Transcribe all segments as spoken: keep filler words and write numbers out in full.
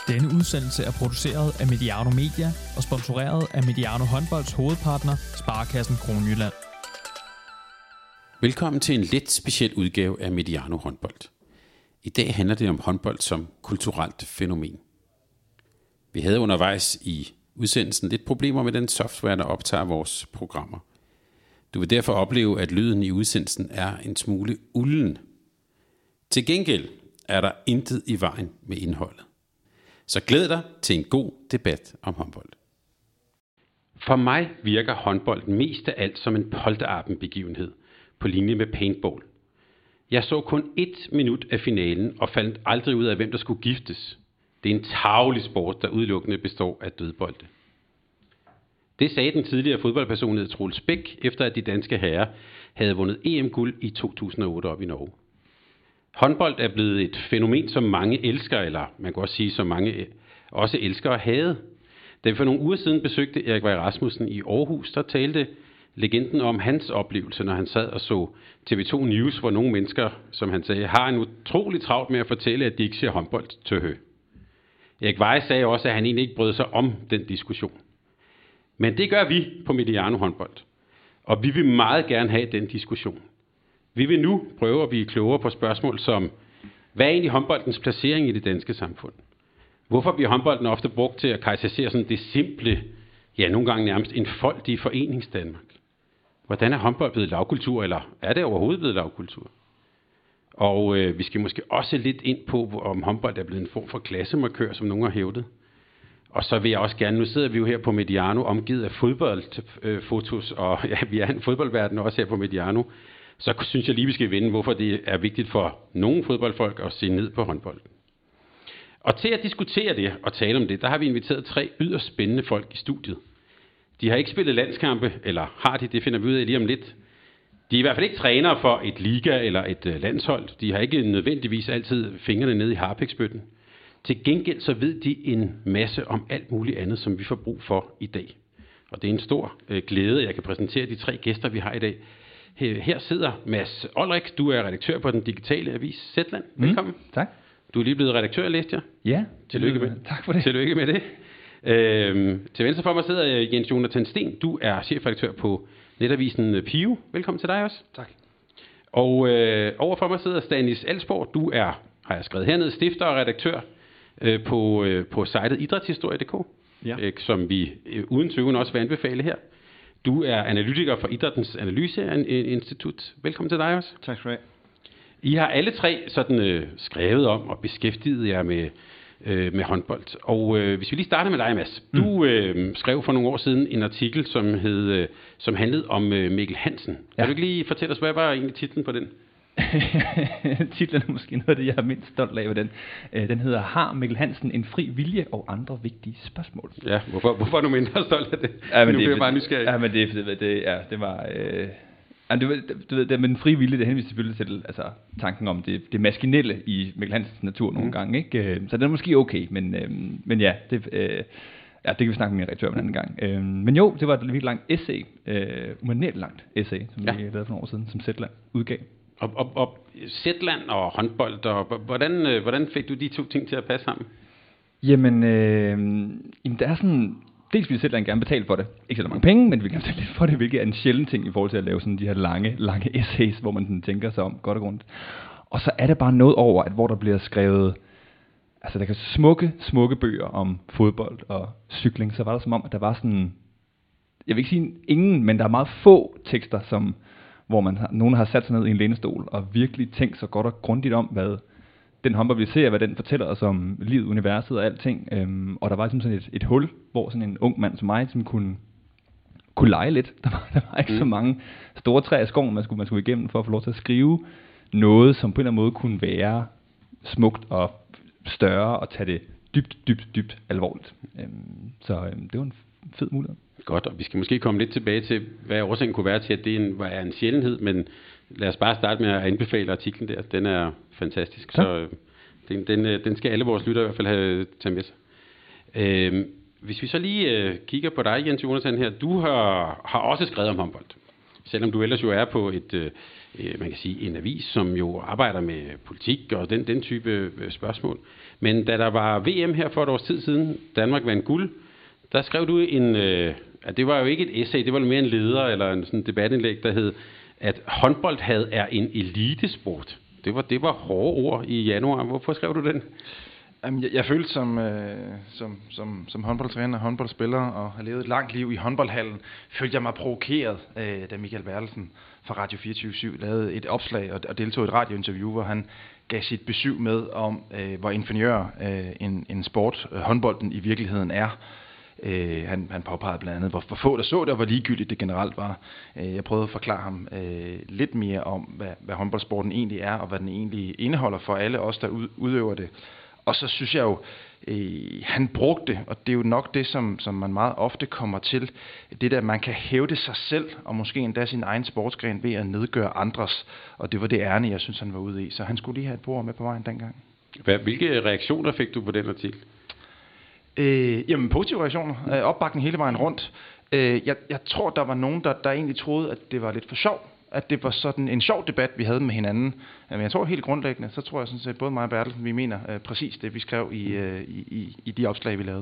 Denne udsendelse er produceret af Mediano Media og sponsoreret af Mediano Håndbolds hovedpartner, Sparekassen Kronjylland. Velkommen til en lidt speciel udgave af Mediano Håndbold. I dag handler det om håndbold som kulturelt fænomen. Vi havde undervejs i udsendelsen lidt problemer med den software, der optager vores programmer. Du vil derfor opleve, at lyden i udsendelsen er en smule ulden. Til gengæld er der intet i vejen med indholdet. Så glæd dig til en god debat om håndbold. For mig virker håndbold mest af alt som en polterappen-begivenhed på linje med paintball. Jeg så kun et minut af finalen og fandt aldrig ud af, hvem der skulle giftes. Det er en tarvelig sport, der udelukkende består af dødbolde. Det sagde den tidligere fodboldpersonlighed Troels Bæk, efter at de danske herrer havde vundet E M-guld i to tusind og otte op i Norge. Håndbold er blevet et fænomen, som mange elsker, eller man kan også sige, som mange også elsker at hade. Da vi for nogle uger siden besøgte Erik Vej Rasmussen i Aarhus, der talte legenden om hans oplevelse, når han sad og så T V to News, hvor nogle mennesker, som han sagde, har en utrolig travlt med at fortælle, at de ikke ser håndbold til hø. Erik Vej sagde også, at han egentlig ikke brød sig om den diskussion. Men det gør vi på Mediano Håndbold, og vi vil meget gerne have den diskussion. Vi vil nu prøve at blive klogere på spørgsmål som, hvad er egentlig håndboldens placering i det danske samfund? Hvorfor bliver håndbolden ofte brugt til at karakterisere sådan det simple, ja nogle gange nærmest enfoldige foreningsdanmark? Hvordan er håndbold blevet lavkultur, eller er det overhovedet blevet lavkultur? Og øh, vi skal måske også lidt ind på, om håndbold er blevet en form for klassemarkør, som nogen har hævdet. Og så vil jeg også gerne, nu sidder vi jo her på Mediano, omgivet af fodboldfotos, øh, og ja, vi er en fodboldverden også her på Mediano. Så synes jeg lige, vi skal vende, hvorfor det er vigtigt for nogle fodboldfolk at se ned på håndbold. Og til at diskutere det og tale om det, der har vi inviteret tre yderst spændende folk i studiet. De har ikke spillet landskampe, eller har de, det finder vi ud af lige om lidt. De er i hvert fald ikke trænere for et liga eller et landshold. De har ikke nødvendigvis altid fingrene nede i harpiksbøtten. Til gengæld så ved de en masse om alt muligt andet, som vi får brug for i dag. Og det er en stor øh, glæde, at jeg kan præsentere de tre gæster, vi har i dag. Her sidder Mads Olrik, du er redaktør på den digitale avis Zetland. Velkommen. Mm, tak. Du er lige blevet redaktør, læste jeg. Ja. Tillykke med. Tak for det. Tillykke med det. Øhm, til venstre for mig sidder Jens Jonathan Sten. Du er chefredaktør på netavisen Pio. Velkommen til dig også. Tak. Og øh, overfor mig sidder Stanis Alsborg. Du er, har jeg skrevet hernede, stifter og redaktør øh, på, øh, på sitet idrætshistorie punktum d k, ja. øh, som vi øh, uden tvivl også vil anbefale her. Du er analytiker for Idrættens Analyseinstitut. Velkommen til dig også. Tak skal du have. I har alle tre sådan øh, skrevet om og beskæftiget jer med, øh, med håndbold. Og øh, hvis vi lige starter med dig, Mads. Mm. Du øh, skrev for nogle år siden en artikel, som, hed, øh, som handlede om øh, Mikkel Hansen. Ja. Kan du ikke lige fortælle os, hvad var egentlig titlen på den? Titlen er måske noget af det, jeg er mindst stolt af ved den. Den hedder, har Mikkel Hansen en fri vilje og andre vigtige spørgsmål? Ja, hvorfor, hvorfor er du mindre stolt af det? Ja, men nu det, bliver jeg bare nysgerrig. Ja, men det, det, det, ja, det var... Øh, du ved, du ved, det med den frie vilje, det henviser selvfølgelig til altså, tanken om det, det maskinelle i Mikkel Hansens natur nogle mm. gange. Ikke? Så det er måske okay, men, øh, men ja, det... Øh, Ja, det kan vi snakke med min redaktør om en anden gang. Øhm, men jo, det var et virkelig langt essay, øh, umanerligt langt essay, som ja. vi lavede for nogle år siden, som Zetland udgav. Og, og, og Zetland og håndbold, og hvordan, hvordan fik du de to ting til at passe sammen? Jamen, øh, jamen der er sådan, dels vil Zetland gerne betale for det. Ikke så mange penge, men vi kan betale lidt for det, hvilket er en sjælden ting i forhold til at lave sådan de her lange, lange essays, hvor man sådan tænker sig om godt og grundigt. Og så er det bare noget over, at hvor der bliver skrevet, altså der kan smukke, smukke bøger om fodbold og cykling, så var der som om, at der var sådan, jeg vil ikke sige ingen, men der er meget få tekster, som, hvor man har, nogen har sat sig ned i en lænestol og virkelig tænkt så godt og grundigt om, hvad den håndbold vi ser, hvad den fortæller os om livet, universet og alting. Øhm, og der var ligesom sådan et, et hul, hvor sådan en ung mand som mig, som kunne, kunne lege lidt. Der var, der var ikke mm. så mange store træer i skoven, man skulle, man skulle igennem for at få lov til at skrive noget, som på en eller anden måde kunne være smukt og større og tage det dybt, dybt, dybt alvorligt. Øhm, så øhm, det var en fed mulighed. Godt, og vi skal måske komme lidt tilbage til, hvad årsagen kunne være til, at det er en, er en sjældenhed, men lad os bare starte med at anbefale artiklen der. Den er fantastisk, så, så øh, den, den, den skal alle vores lyttere i hvert fald have taget med sig. Øhm, hvis vi så lige øh, kigger på dig, Jens Jonathan her, du har, har også skrevet om håndbold. selvom du ellers jo er på et, øh, man kan sige, en avis, som jo arbejder med politik og den, den type øh, spørgsmål. Men da der var V M her for et års tid siden, Danmark vandt guld, der skrev du en, øh, at det var jo ikke et essay, det var mere en leder eller en sådan debatindlæg, der hed, at håndboldhad er en elitesport. Det var, det var hårde ord i januar. Hvorfor skrev du den? Jamen, jeg, jeg følte som, øh, som, som, som håndboldtræner og håndboldspiller og har levet et langt liv i håndboldhallen, følte jeg mig provokeret, øh, da Michael Bertelsen fra Radio fireogtyve syv lavede et opslag og, og deltog i et radiointerview, hvor han gav sit besøg med om, øh, hvor inferiør øh, en, en sport, øh, håndbolden i virkeligheden er. Øh, han, han påpegede blandt andet, hvor, hvor få der så det, og hvor ligegyldigt det generelt var. Øh, jeg prøvede at forklare ham øh, lidt mere om, hvad, hvad håndboldsporten egentlig er, og hvad den egentlig indeholder for alle os, der ud, udøver det. Og så synes jeg jo, øh, han brugte, og det er jo nok det, som, som man meget ofte kommer til, det der, man kan hævde sig selv, og måske endda sin egen sportsgren ved at nedgøre andres. Og det var det ærne, jeg synes, han var ude i. Så han skulle lige have et bord med på vejen dengang. Hvad, hvilke reaktioner fik du på den artikel? Øh, jamen, positive reaktioner. Øh, opbakning hele vejen rundt. Øh, jeg, jeg tror, der var nogen, der, der egentlig troede, at det var lidt for sjov. At det var sådan en sjov debat, vi havde med hinanden. Men jeg tror helt grundlæggende, så tror jeg sådan set, både mig og Bertelsen, vi mener øh, præcis det, vi skrev i, øh, i, i de opslag, vi lavede.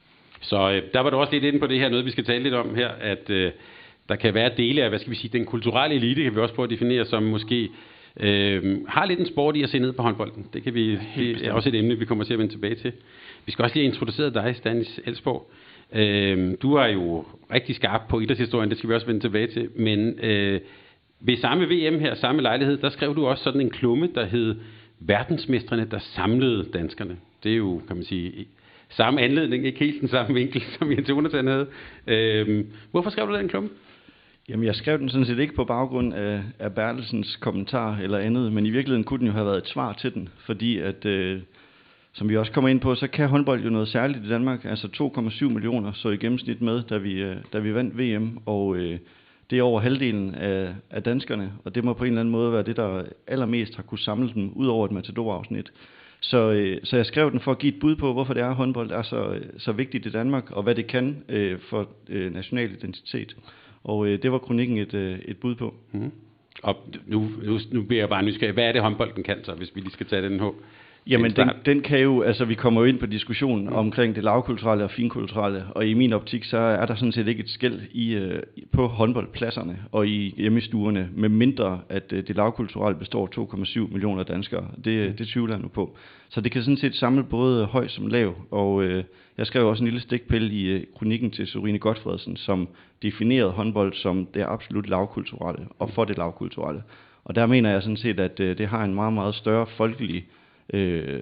Så øh, der var du også lidt inde på det her, noget vi skal tale lidt om her, at øh, der kan være dele af, hvad skal vi sige, den kulturelle elite, kan vi også prøve at definere som måske øh, har lidt en sport i at se ned på håndbolden. Det, kan vi, det er også et emne, vi kommer til at vende tilbage til. Vi skal også lige introducere dig, Stanis Elsborg. Øh, du er jo rigtig skarp på idrætshistorien, det skal vi også vende tilbage til, men øh, ved samme V M her, samme lejlighed, der skrev du også sådan en klumme, der hed Verdensmestrene, der samlede danskerne. Det er jo, kan man sige, samme anledning, ikke helt den samme vinkel, som Jens Jonathan havde. Øh, hvorfor skrev du den klumme? Jamen, jeg skrev den sådan set ikke på baggrund af, af Bertelsens kommentar eller andet, men i virkeligheden kunne den jo have været et svar til den, fordi at, øh, som vi også kommer ind på, så kan håndbold jo noget særligt i Danmark. Altså to komma syv millioner så i gennemsnit med, da vi, øh, da vi vandt V M, og øh, det er over halvdelen af, af danskerne, og det må på en eller anden måde være det, der allermest har kunne samle dem ud over et Matador-afsnit. Så, øh, så jeg skrev den for at give et bud på, hvorfor det er, håndbold er så, så vigtigt i Danmark, og hvad det kan øh, for øh, national identitet. Og øh, det var kronikken et, øh, et bud på. Mm. Og nu, nu, nu bliver jeg bare nysgerrig. Hvad er det, håndbolden kan så, hvis vi lige skal tage den her? Jamen, den, den kan jo, altså vi kommer jo ind på diskussionen mm. omkring det lavkulturelle og finkulturelle, og i min optik, så er der sådan set ikke et skel i, øh, på håndboldpladserne og i hjemmestuerne, med mindre at øh, det lavkulturelle består af to komma syv millioner danskere. Det, mm. det tvivler jeg nu på. Så det kan sådan set samle både høj som lav, og øh, jeg skrev også en lille stikpille i øh, kronikken til Sorine Godfredsen, som definerede håndbold som det absolut lavkulturelle, og for det lavkulturelle. Og der mener jeg sådan set, at øh, det har en meget, meget større folkelig Øh,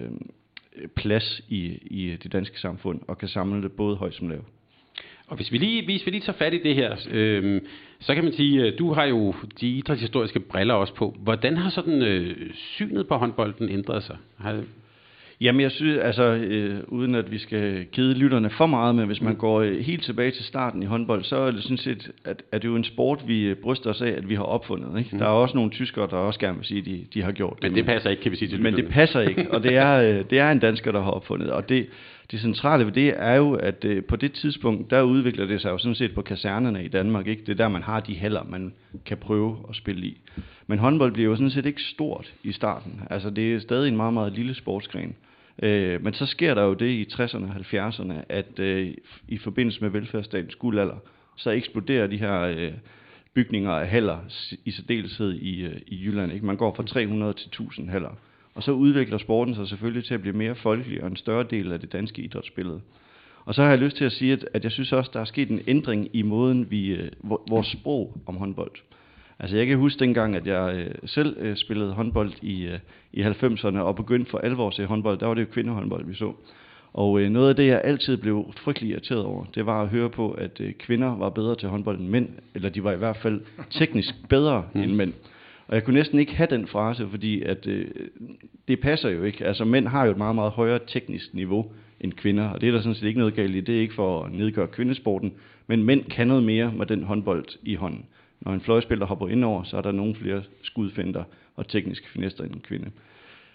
plads i, i det danske samfund, og kan samle det både højt som lav. Og hvis vi lige, hvis vi lige tager fat i det her, øh, så kan man sige, du har jo de idrætshistoriske briller også på. Hvordan har sådan øh, synet på håndbolden ændret sig? Har Jamen jeg synes, altså øh, uden at vi skal kede lytterne for meget, men hvis man mm. går øh, helt tilbage til starten i håndbold, så er det sådan set, at, at det er jo en sport, vi bryster os af, at vi har opfundet. Ikke? Mm. Der er også nogle tyskere, der også gerne vil sige, at de, de har gjort det. Men det passer ikke, kan vi sige til lytterne. Men det passer ikke, og det er, øh, det er en dansker, der har opfundet. Og det, det centrale ved det er jo, at øh, på det tidspunkt, der udvikler det sig jo sådan set på kasernerne i Danmark. Ikke? Det er der, man har de haller, man kan prøve at spille i. Men håndbold bliver jo sådan set ikke stort i starten. Altså det er stadig en meget, meget lille sportsgren. Øh, men så sker der jo det i tresserne og halvfjerdserne, at øh, i forbindelse med velfærdsstatens guldalder, så eksploderer de her øh, bygninger af haller, i særdeleshed i, øh, i Jylland. Ikke? Man går fra tre hundrede til tusind haller. Og så udvikler sporten sig selvfølgelig til at blive mere folkelig og en større del af det danske idrætsbillede. Og så har jeg lyst til at sige, at, at jeg synes også, der er sket en ændring i måden, vi, øh, vores sprog om håndbold. Altså jeg kan huske dengang, at jeg øh, selv øh, spillede håndbold i, øh, i halvfemserne og begyndte for alvor at se håndbold. Der var det jo kvindehåndbold, vi så. Og øh, noget af det, jeg altid blev frygtelig irriteret over, det var at høre på, at øh, kvinder var bedre til håndbold end mænd. Eller de var i hvert fald teknisk bedre mm. end mænd. Og jeg kunne næsten ikke have den frase, fordi at, øh, det passer jo ikke. Altså mænd har jo et meget, meget højere teknisk niveau end kvinder. Og det er der sådan set ikke noget galt i. Det er ikke for at nedgøre kvindesporten. Men mænd kan noget mere med den håndbold i hånden. Når en fløjspiller hopper indover, så er der nogle flere skudfinder og tekniske finester end en kvinde.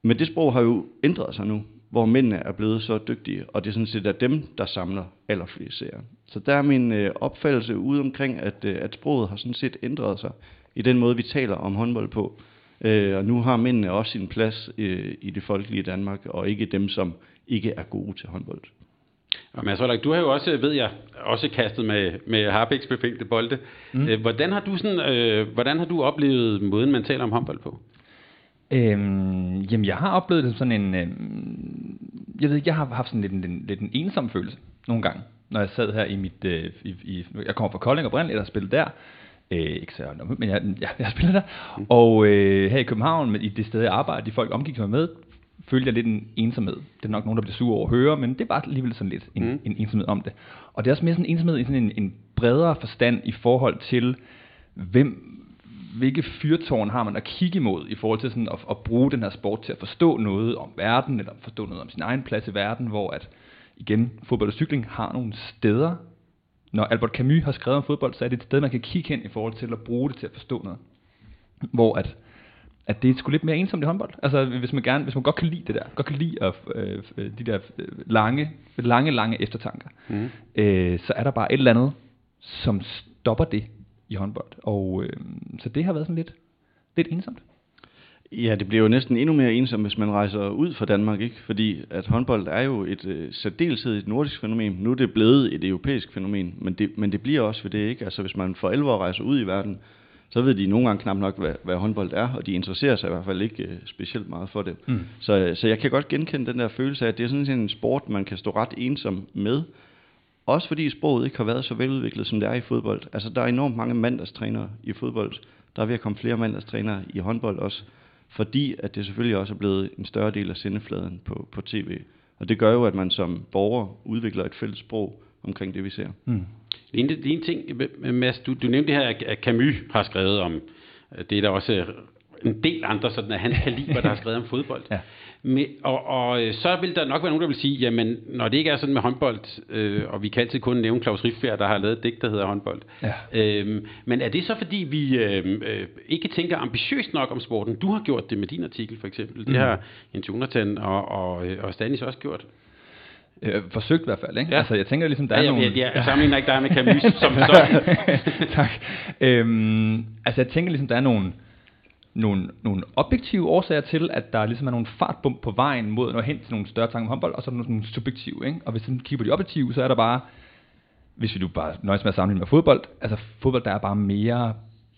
Men det sprog har jo ændret sig nu, hvor mændene er blevet så dygtige, og det er sådan set er dem, der samler allerflest seere. Så der er min øh, opfattelse ude omkring, at, øh, at sproget har sådan set ændret sig i den måde, vi taler om håndbold på. Øh, og nu har mændene også sin plads øh, i det folkelige Danmark, og ikke dem, som ikke er gode til håndbold. Og Mads Rolak, du har jo også, ved jeg, også kastet med, med Harpix befængte bolde. Mm. Hvordan har du sådan, øh, hvordan har du oplevet måden, man taler om håndbold på? Øhm, jamen, jeg har oplevet det sådan en, øhm, jeg ved ikke, jeg har haft sådan lidt en, lidt en ensom følelse nogle gange, når jeg sad her i mit, øh, i, i, jeg kommer fra Kolding oprindeligt, og spillede der, øh, ikke så, men jeg, jeg, jeg spillede der, mm. og øh, her i København, i det sted jeg arbejder, de folk omgik mig med, følte jeg lidt en ensomhed. Det er nok nogen, der bliver sure over at høre, men det var alligevel sådan lidt en, mm. en ensomhed om det. Og det er også mere sådan en ensomhed i sådan en, en bredere forstand i forhold til, hvem, hvilke fyrtårn har man at kigge imod i forhold til sådan at, at bruge den her sport til at forstå noget om verden, eller forstå noget om sin egen plads i verden, hvor at, igen, fodbold og cykling har nogle steder. Når Albert Camus har skrevet om fodbold, så er det et sted, man kan kigge hen i forhold til at bruge det til at forstå noget. Hvor at at det er sgu lidt mere ensomt i håndbold. Altså hvis man gerne, hvis man godt kan lide det der, godt kan lide at, øh, de der lange, lange, lange eftertanker, mm. øh, så er der bare et eller andet, som stopper det i håndbold. Og øh, så det har været sådan lidt, lidt ensomt. Ja, det bliver jo næsten endnu mere ensomt, hvis man rejser ud fra Danmark, ikke? Fordi at håndbold er jo et øh, særdeleshed et nordisk fænomen. Nu er det blevet et europæisk fænomen, men det, men det bliver også ved det, ikke? Altså hvis man for alvor rejser ud i verden, så ved de nogle gange knap nok, hvad, hvad håndbold er, og de interesserer sig i hvert fald ikke uh, specielt meget for det. Mm. Så, så jeg kan godt genkende den der følelse af, at det er sådan en sport, man kan stå ret ensom med. Også fordi sproget ikke har været så veludviklet, som det er i fodbold. Altså, der er enormt mange mandagstrænere i fodbold. Der er ved at komme flere mandagstrænere i håndbold også, fordi at det selvfølgelig også er blevet en større del af sendefladen på, på tv. Og det gør jo, at man som borger udvikler et fælles sprog omkring det, vi ser. Mm. En, en ting, Mads, du, du nævnte det her, at Camus har skrevet om, det er der også en del andre, sådan af hans kaliber, der har skrevet om fodbold. Ja. Men, og, og så vil der nok være nogen, der vil sige, jamen, når det ikke er sådan med håndbold, øh, og vi kan altid kun nævne Claus Riffbjerg, der har lavet et digt, der hedder håndbold. Ja. Øhm, men er det så, fordi vi øh, øh, ikke tænker ambitiøst nok om sporten? Du har gjort det med din artikel, for eksempel. Det mm. har Jens Jonathan og, og, og Stanis også gjort. Øh, forsøgt i hvert fald, ikke? Ja. Altså, jeg tænker ligesom, der er ja, nogle... Ja, jeg sammenligner ikke dig med Camus som sådan. Tak. Øhm, altså, jeg tænker ligesom, der er nogle, nogle, nogle objektive årsager til, at der ligesom er nogle fartbump på vejen mod at nå hen til nogle større tanker om håndbold, og så er der nogle subjektive, ikke? Og hvis vi kigger på de objektive, så er der bare, hvis vi nu bare nøjes med at sammenligne med fodbold, altså fodbold, der er bare mere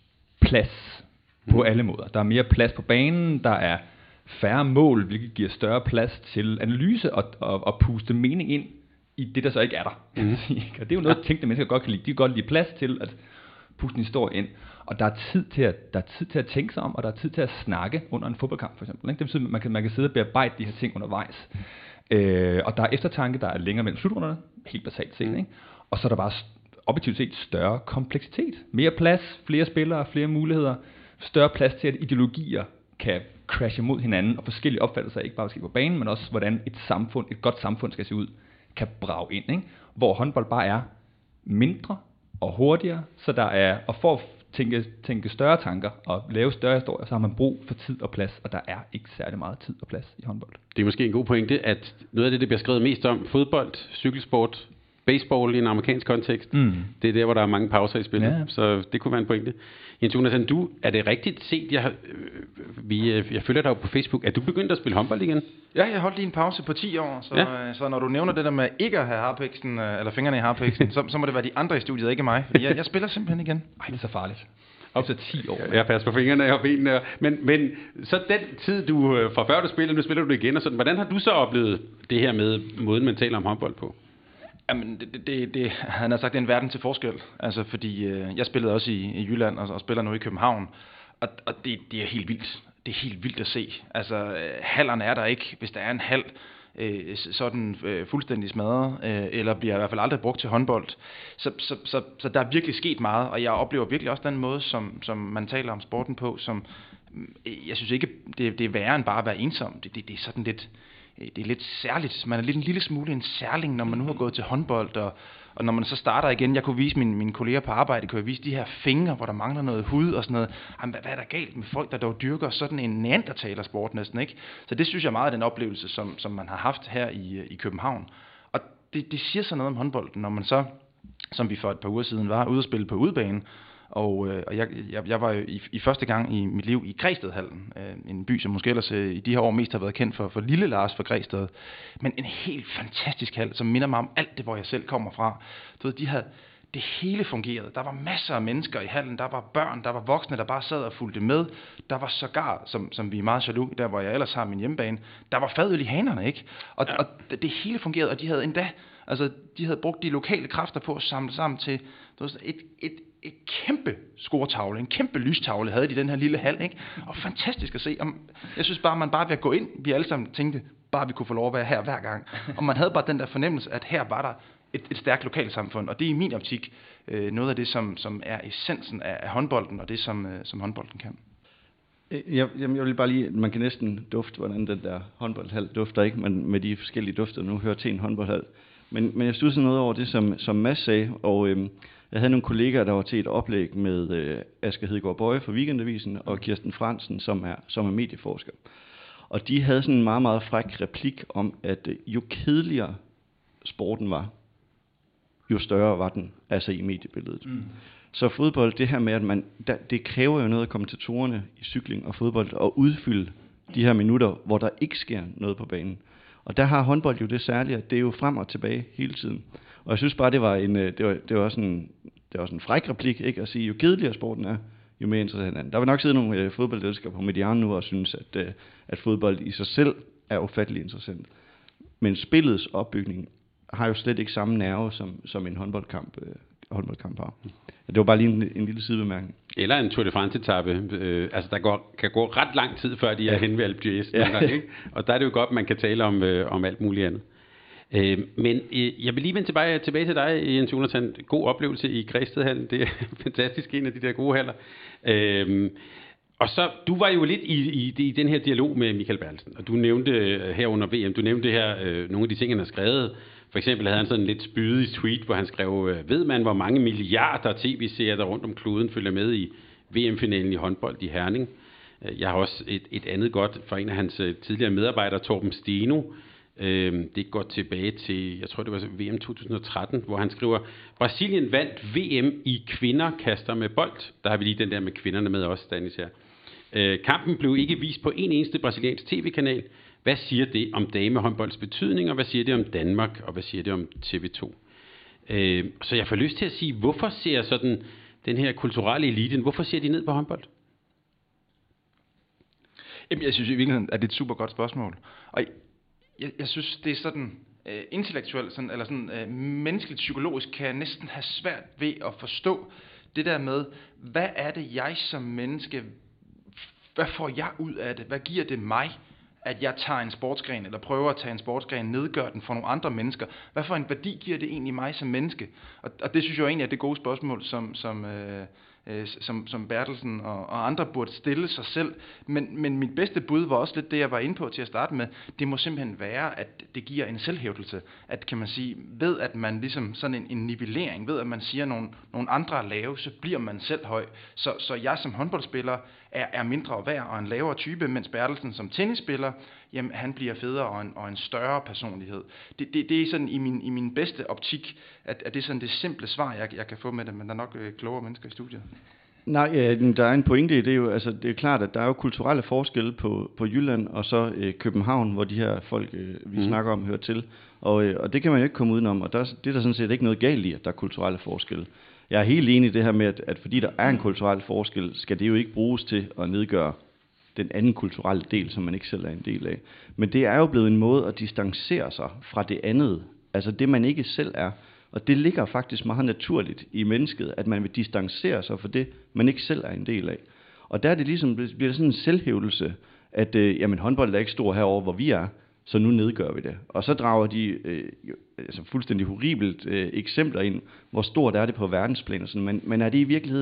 plads på mm. alle måder. Der er mere plads på banen, der er færre mål, hvilket giver større plads til analyse og, og, og puste mening ind i det, der så ikke er der. Mm. Og det er jo noget, ja. tænkte mennesker godt kan lide. De kan godt lide plads til at puste en historie ind. Og der er tid til at, der er tid til at tænke sig om, og der er tid til at snakke under en fodboldkamp, for eksempel. Ikke? Det betyder, at man kan, man kan sidde og bearbejde de her ting undervejs. Mm. Øh, og der er eftertanke, der er længere mellem slutrunderne, helt basalt set. Mm. Ikke? Og så er der bare objektivt set større kompleksitet. Mere plads, flere spillere, flere muligheder, større plads til, at ideologier kan crashe mod hinanden, og forskellige opfattelser, ikke bare på banen, men også hvordan et samfund, et godt samfund skal se ud, kan brage ind, ikke? Hvor håndbold bare er mindre og hurtigere, så der er, og for at tænke, tænke større tanker og lave større historier, så har man brug for tid og plads, og der er ikke særlig meget tid og plads i håndbold. Det er måske en god pointe, at noget af det, det bliver skrevet mest om, fodbold, cykelsport, baseball i en amerikansk kontekst, mm. det er der, hvor der er mange pauser i spillet, ja. Så det kunne være en pointe. Jens Jonathan, du, er det rigtigt set, jeg, øh, vi, øh, jeg følger dig jo på Facebook, er du begyndt at spille håndbold igen? Ja, jeg holdt lige en pause på ti år, så, ja. øh, så når du nævner det der med ikke at have harpiksen, øh, eller fingrene i harpiksen, så, så må det være de andre i studiet, ikke mig, fordi jeg, jeg spiller simpelthen igen. Ej, det er så farligt. Op til ti år. Jeg passer på fingrene og benene. Men, men så den tid, du fra før du spillede, nu spiller du igen og sådan. Hvordan har du så oplevet det her med måden, man taler om håndbold på? Jamen, det, det, det, han har sagt, det er en verden til forskel. Altså, fordi øh, jeg spillede også i, i Jylland og, og spiller nu i København. Og, og det, det er helt vildt. Det er helt vildt at se. Altså, øh, hallerne er der ikke. Hvis der er en hal, øh, så er den øh, fuldstændig smadret, øh, eller bliver i hvert fald aldrig brugt til håndbold. Så, så, så, så der er virkelig sket meget, og jeg oplever virkelig også den måde, som, som man taler om sporten på, som jeg synes ikke, det, det er værre end bare at være ensom. Det, det, det er sådan lidt... Det er lidt særligt. Man er lidt en lille smule en særling, når man nu har gået til håndbold og, Og når man så starter igen, jeg kunne vise mine, mine kolleger på arbejde, kunne jeg vise de her fingre, hvor der mangler noget hud og sådan noget. Jamen, hvad, hvad er der galt med folk, der dog dyrker sådan en neandertalersport næsten, ikke? Så det synes jeg meget af den oplevelse, som, som man har haft her i, i København. Og det, det siger så noget om håndbolden, når man så, som vi for et par uger siden var, ude at spille på udebane. Og, øh, og jeg, jeg, jeg var jo i, i første gang i mit liv i Græstedhallen, øh, en by, som måske ellers øh, i de her år mest har været kendt for, for Lille Lars fra Græsted. Men en helt fantastisk hal, som minder mig om alt det, hvor jeg selv kommer fra. Du ved, de havde, det hele fungerede. Der var masser af mennesker i hallen, der var børn, der var voksne, der bare sad og fulgte med. Der var sågar, som, som vi er meget jaloux, der hvor jeg ellers har min hjemmebane, der var fadøl i hanerne, ikke? Og, ja. og det, det hele fungerede, og de havde endda, altså de havde brugt de lokale kræfter på at samle sammen til du ved, et, et et kæmpe scoretavle, en kæmpe lystavle havde de i den her lille hal, ikke? Og fantastisk at se. Jeg synes bare, man bare ved at gå ind, vi alle sammen tænkte, bare vi kunne få lov at være her hver gang. Og man havde bare den der fornemmelse, at her var der et, et stærkt lokalsamfund, og det er i min optik øh, noget af det, som, som er essensen af, af håndbolden, og det, som, øh, som håndbolden kan. Jeg, jeg vil bare lige, man kan næsten dufte, hvordan den der håndboldhal dufter, ikke? Men med de forskellige dufter, der nu hører til en håndboldhal. Men, men jeg studsede noget over det, som, som Mads sagde, og øhm, jeg havde nogle kollegaer, der var til et oplæg med øh, Asger Hedegaard Bøje fra Weekendavisen og Kirsten Fransen, som er, som er medieforsker. Og de havde sådan en meget, meget fræk replik om, at øh, jo kedeligere sporten var, jo større var den, altså i mediebilledet. Mm. Så fodbold, det her med, at man, der, det kræver jo noget af kommentatorerne i cykling og fodbold at udfylde de her minutter, hvor der ikke sker noget på banen. Og der har håndbold jo det særlige, at det er jo frem og tilbage hele tiden. Og jeg synes bare, det var en, det var, det var sådan, det var sådan en fræk replik, ikke? At sige, jo kedeligere sporten er, jo mere interessant er den. Der vil nok sidde nogle øh, fodboldelskere på Mediano nu og synes, at, øh, at fodbold i sig selv er ufattelig interessant. Men spillets opbygning har jo slet ikke samme nerve, som, som en håndboldkamp, øh, håndboldkamp har. Det var bare lige en, en lille sidebemærkning. Eller en Tour de France-etape. Øh, altså, der går, kan gå ret lang tid, før de er ja. henne ved Alpe d'Huez. Ja. Ikke? Og der er det jo godt, man kan tale om, øh, om alt muligt andet. Øh, men øh, jeg vil lige vende tilbage, tilbage til dig, Jens Jonathan. God oplevelse i Græstedhallen. Det er fantastisk, en af de der gode haller. Øh, og så, du var jo lidt i, i, i den her dialog med Michael Bertelsen, og du nævnte her under V M, du nævnte her øh, nogle af de ting, han har skrevet. For eksempel havde han sådan en lidt spydig tweet, hvor han skrev, ved man, hvor mange milliarder tv-serier, der rundt om kloden følger med i V M-finalen i håndbold i Herning. Jeg har også et, et andet godt fra en af hans tidligere medarbejdere, Torben Steno. Det går tilbage til, jeg tror det var V M to tusind og tretten, hvor han skriver, Brasilien vandt V M i kvinder kaster med bold. Der har vi lige den der med kvinderne med også, Danis her. Kampen blev ikke vist på en eneste brasiliansk tv-kanal. Hvad siger det om damehåndbolds betydning, og hvad siger det om Danmark, og hvad siger det om T V to? Øh, så jeg får lyst til at sige, hvorfor ser sådan den her kulturelle elite, hvorfor ser de ned på håndbold? Jamen, jeg synes i virkeligheden, at det er et super godt spørgsmål. Og jeg, jeg synes, det er sådan øh, intellektuelt, sådan, eller sådan øh, menneskeligt, psykologisk, kan jeg næsten have svært ved at forstå det der med, hvad er det jeg som menneske, hvad får jeg ud af det? Hvad giver det mig, at jeg tager en sportsgren, eller prøver at tage en sportsgren, nedgør den for nogle andre mennesker? Hvad for en værdi giver det egentlig mig som menneske? Og, og det synes jeg egentlig er det gode spørgsmål, som, som, øh, øh, som, som Bertelsen og, og andre burde stille sig selv. Men, men mit bedste bud var også lidt det, jeg var inde på til at starte med. Det må simpelthen være, at det giver en selvhævdelse. At kan man sige, ved at man ligesom sådan en, en nivellering, ved at man siger, nogle, nogle andre er lave, så bliver man selv høj. Så, så jeg som håndboldspiller er, er mindre værd og en lavere type, mens Bertelsen som tennisspiller, jamen han bliver federe og en, og en større personlighed. Det, det, det er sådan i min, i min bedste optik, at, at det er sådan det simple svar, jeg, jeg kan få med det, men der er nok øh, klogere mennesker i studiet. Nej, ja, der er en pointe i det jo, altså det er klart, at der er jo kulturelle forskelle på, på Jylland og så øh, København, hvor de her folk, øh, vi mm. snakker om, hører til. Og, øh, og det kan man jo ikke komme udenom, og der, det er der sådan set ikke noget galt i, at der er kulturelle forskelle. Jeg er helt enig i det her med, at, at fordi der er en kulturel forskel, skal det jo ikke bruges til at nedgøre den anden kulturelle del, som man ikke selv er en del af. Men det er jo blevet en måde at distancere sig fra det andet, altså det man ikke selv er. Og det ligger faktisk meget naturligt i mennesket, at man vil distancere sig fra det, man ikke selv er en del af. Og der er det ligesom, bliver det sådan en selvhævdelse, at øh, jamen, håndbold er ikke stor herover, hvor vi er, så nu nedgør vi det. Og så drager de øh, altså fuldstændig horribelt øh, eksempler ind, hvor stort er det på verdensplan og sådan, men, men er det i virkeligheden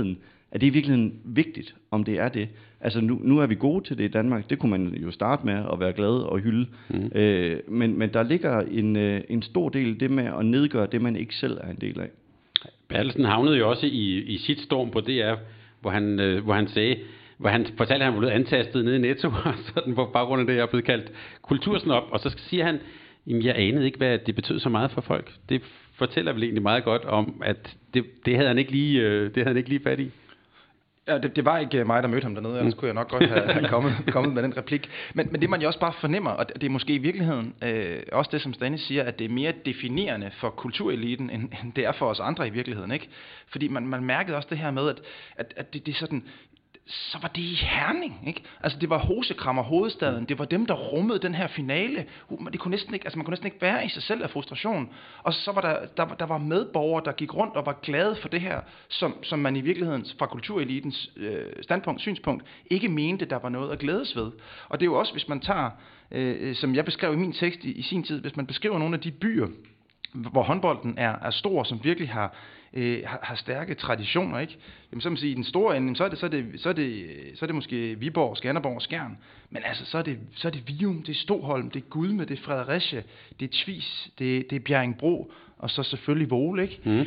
Er det i virkeligheden vigtigt, om det er det? Altså nu, nu er vi gode til det i Danmark, det kunne man jo starte med at være glad og hylde. Mm. Øh, men, men der ligger en, øh, en stor del det med at nedgøre det, man ikke selv er en del af. Bertelsen havnede jo også i, i sit storm på D R, hvor han, øh, hvor han sagde, hvor han fortalte, at han var blevet antastet nede i Netto, og sådan på baggrund af det, jeg er blevet kaldt kultursnop, og så siger han, jamen jeg anede ikke, hvad det betød så meget for folk. Det fortæller vel egentlig meget godt om, at det, det havde han ikke lige, øh, det havde han ikke lige fat i. Ja, det, det var ikke mig, der mødte ham dernede, ellers kunne jeg nok godt have, have kommet, kommet med den replik. Men, men det man jo også bare fornemmer, og det er måske i virkeligheden øh, også det, som Stanis siger, at det er mere definerende for kultureliten, end, end det er for os andre i virkeligheden, ikke? Fordi man, man mærkede også det her med, at, at, at det, det er sådan, så var det i Herning, ikke? Altså det var Hosekrammer hovedstaden, det var dem, der rummede den her finale. Det kunne næsten ikke, altså man kunne næsten ikke være i sig selv af frustration. Og så var der, der, der var medborgere, der gik rundt og var glade for det her, som, som man i virkeligheden fra kulturelitens øh, standpunkt, synspunkt, ikke mente, der var noget at glædes ved. Og det er jo også, hvis man tager, øh, som jeg beskrev i min tekst i, i sin tid, hvis man beskriver nogle af de byer, hvor håndbolden er, er stor, som virkelig har, øh, har, har stærke traditioner, ikke? Jamen så man sige, i den store ende, så er det, så er det, så er det, så er det måske Viborg, Skanderborg og Skjern. Men altså, så er det, så er det Vium, det er Stoholm, det er Gudme, det er Fredericia, det er Tvis, det, det er Bjerringbro, og så selvfølgelig Vole, ikke? Mm. Øh,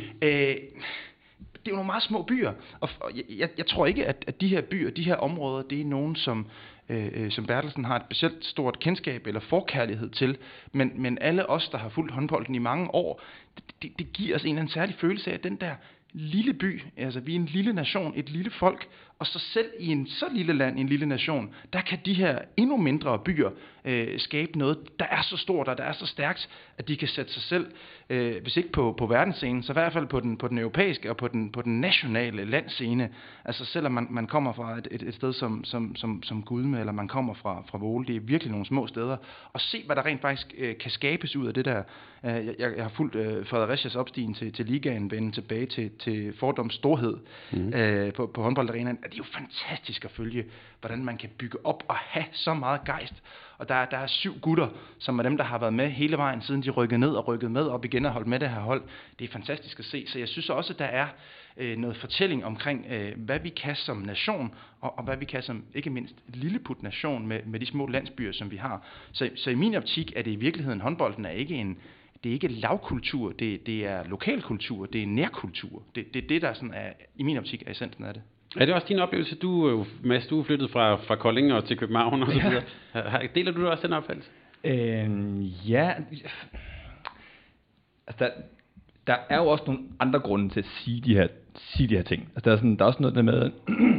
det er jo nogle meget små byer, og, og jeg, jeg tror ikke, at, at de her byer, de her områder, det er nogen, som Øh, som Bertelsen har et specielt stort kendskab eller forkærlighed til, men, men alle os, der har fulgt håndbolden i mange år, det, det, det giver os en eller anden særlig følelse af, at den der lille by, altså vi er en lille nation, et lille folk, og så selv i en så lille land, en lille nation, der kan de her endnu mindre byer øh, skabe noget, der er så stort og der er så stærkt, at de kan sætte sig selv, øh, hvis ikke på, på verdensscenen, så i hvert fald på den, på den europæiske og på den, på den nationale landscene. Altså selvom man, man kommer fra et, et, et sted som, som, som, som Gudme, eller man kommer fra, fra Vole, det er virkelig nogle små steder, og se hvad der rent faktisk øh, kan skabes ud af det der. Øh, jeg, jeg har fulgt øh, Fredericias opstigen til, til ligaen, vende tilbage til, til fordoms storhed mm. øh, på, på håndboldarenaen. Det er jo fantastisk at følge, hvordan man kan bygge op og have så meget gejst. Og der, der er syv gutter, som er dem, der har været med hele vejen, siden de rykkede ned og rykket med op igen og holdt med det her hold. Det er fantastisk at se. Så jeg synes også, at der er øh, noget fortælling omkring, øh, hvad vi kan som nation, og, og hvad vi kan som, ikke mindst, lilleput nation med, med de små landsbyer, som vi har. Så, så i min optik er det i virkeligheden, håndbolden er ikke en det er ikke lavkultur, det, det er lokalkultur, det er nærkultur. Det, det er det, der sådan er, i min optik er essensen af det. Er det også din oplevelse? Du, Mads, du er flyttet fra, fra Kolding og til København og så videre. Ja. Deler du også den opfattelse? Øh, ja. Altså, der, der er jo også nogle andre grunde til at sige de her, sige de her ting. Altså, der, er sådan, der er også noget der med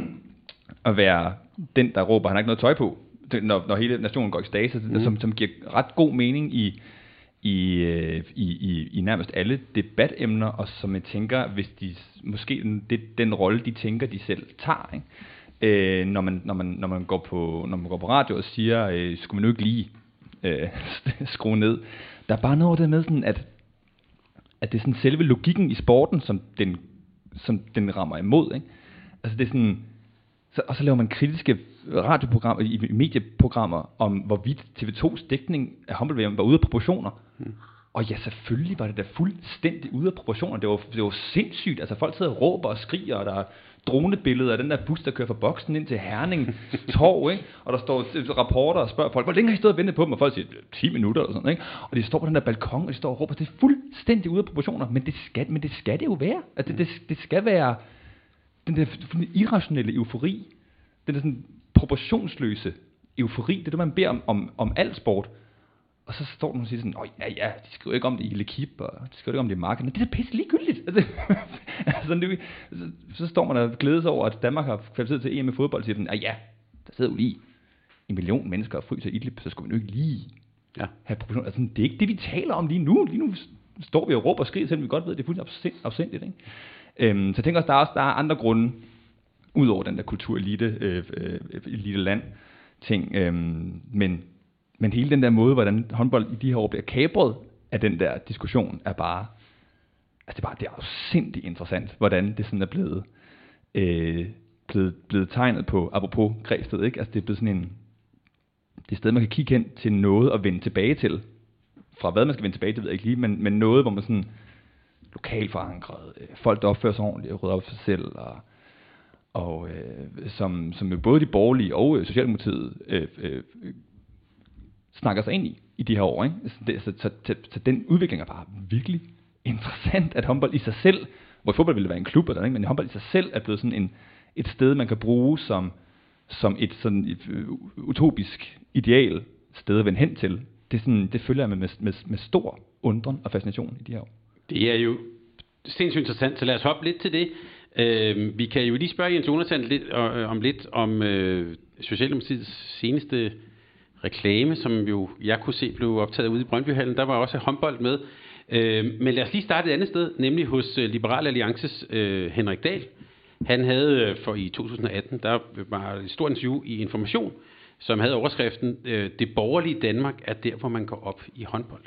at være den, der råber, han har ikke noget tøj på, når, når hele nationen går i stase, mm. som, som giver ret god mening i I, i, i, i nærmest alle debatemner, og som jeg tænker, hvis de måske det, den rolle de tænker de selv tager, ikke? Øh, når man når man når man går på når man går på radio og siger, øh, skulle man nu ikke lige øh, skrue ned. Der er bare noget af det med sådan at at det er sådan selve logikken i sporten, som den som den rammer imod, ikke? Altså det er sådan. Så, og så laver man kritiske radioprogrammer, i medieprogrammer, om hvorvidt T V to's dækning af håndbold-V M var ude af proportioner. Mm. Og ja, selvfølgelig var det da fuldstændig ude af proportioner. Det var, det var sindssygt. Altså folk sidder og råber og skriger, og der er dronebilleder af den der bus, der kører fra boksen ind til Herning Torv, ikke? Og der står rapporter og spørger folk, hvor længe har I stået og ventet på dem? Og folk siger, ti minutter eller sådan, ikke? Og de står på den der balkon, og de står og råber. Det er fuldstændig ude af proportioner, men det skal, men det, skal det jo være. Altså, det, det, det skal være den der irrationelle eufori, den der sådan proportionsløse eufori, det er det, man beder om, om, om al sport. Og så står den og siger sådan, åh ja, ja, de skriver ikke om det i L'Equipe, og de skriver ikke om det i markedet, men det er da pisse ligegyldigt. Altså, altså, det, så, så står man og glæder sig over, at Danmark har kvalificeret til E M i fodbold, og siger den, ah ja, der sidder jo lige en million mennesker og fryser i Idlib, så skulle vi nu ikke lige ja. have proportion. Altså, det er ikke det, vi taler om lige nu. Lige nu står vi og råber og skriger, selvom vi godt ved, at det er fuldstændig absendigt, ikke? Øhm, så jeg tænker også, der er, også, der er andre grunde, udover den der kulturelite, øh, øh, elite land ting, øh, men, men hele den der måde, hvordan håndbold i de her år bliver kapret af den der diskussion, er bare, altså det er bare, det er jo sindssygt interessant, hvordan det sådan er blevet, øh, blevet, blevet tegnet på, apropos Græsted, ikke? Altså det er blevet sådan en, det er et sted, man kan kigge hen til noget at vende tilbage til. Fra hvad man skal vende tilbage til, ved jeg ikke lige, men, men noget, hvor man sådan lokalt forankret, øh, folk der opfører sig ordentligt, rydder op for sig selv, og og øh, som, som jo både de borgerlige og øh, Socialdemokratiet øh, øh, snakker sig ind i, i de her år. Ikke? Så, det, så, så, så, så den udvikling er bare virkelig interessant, at håndbold i sig selv, hvor fodbold ville være en klub, eller, ikke? Men håndbold i sig selv er blevet sådan en, et sted, man kan bruge som, som et sådan et, uh, utopisk ideal sted at vende hen til. Det, er sådan, det følger jeg med, med, med stor undren og fascination i de her år. Det er jo sindssygt interessant, så lad os hoppe lidt til det. Øh, vi kan jo lige spørge Jens Jonathan lidt, øh, om lidt om øh, Socialdemokratiets seneste reklame, som jo jeg kunne se blev optaget ude i Brøndbyhallen. Der var også håndbold med. Øh, men lad os lige starte et andet sted, nemlig hos øh, Liberal Alliances øh, Henrik Dahl. Han havde øh, for i to tusind atten, der var et stort interview i Information, som havde overskriften, øh, det borgerlige Danmark er der, hvor man går op i håndbold.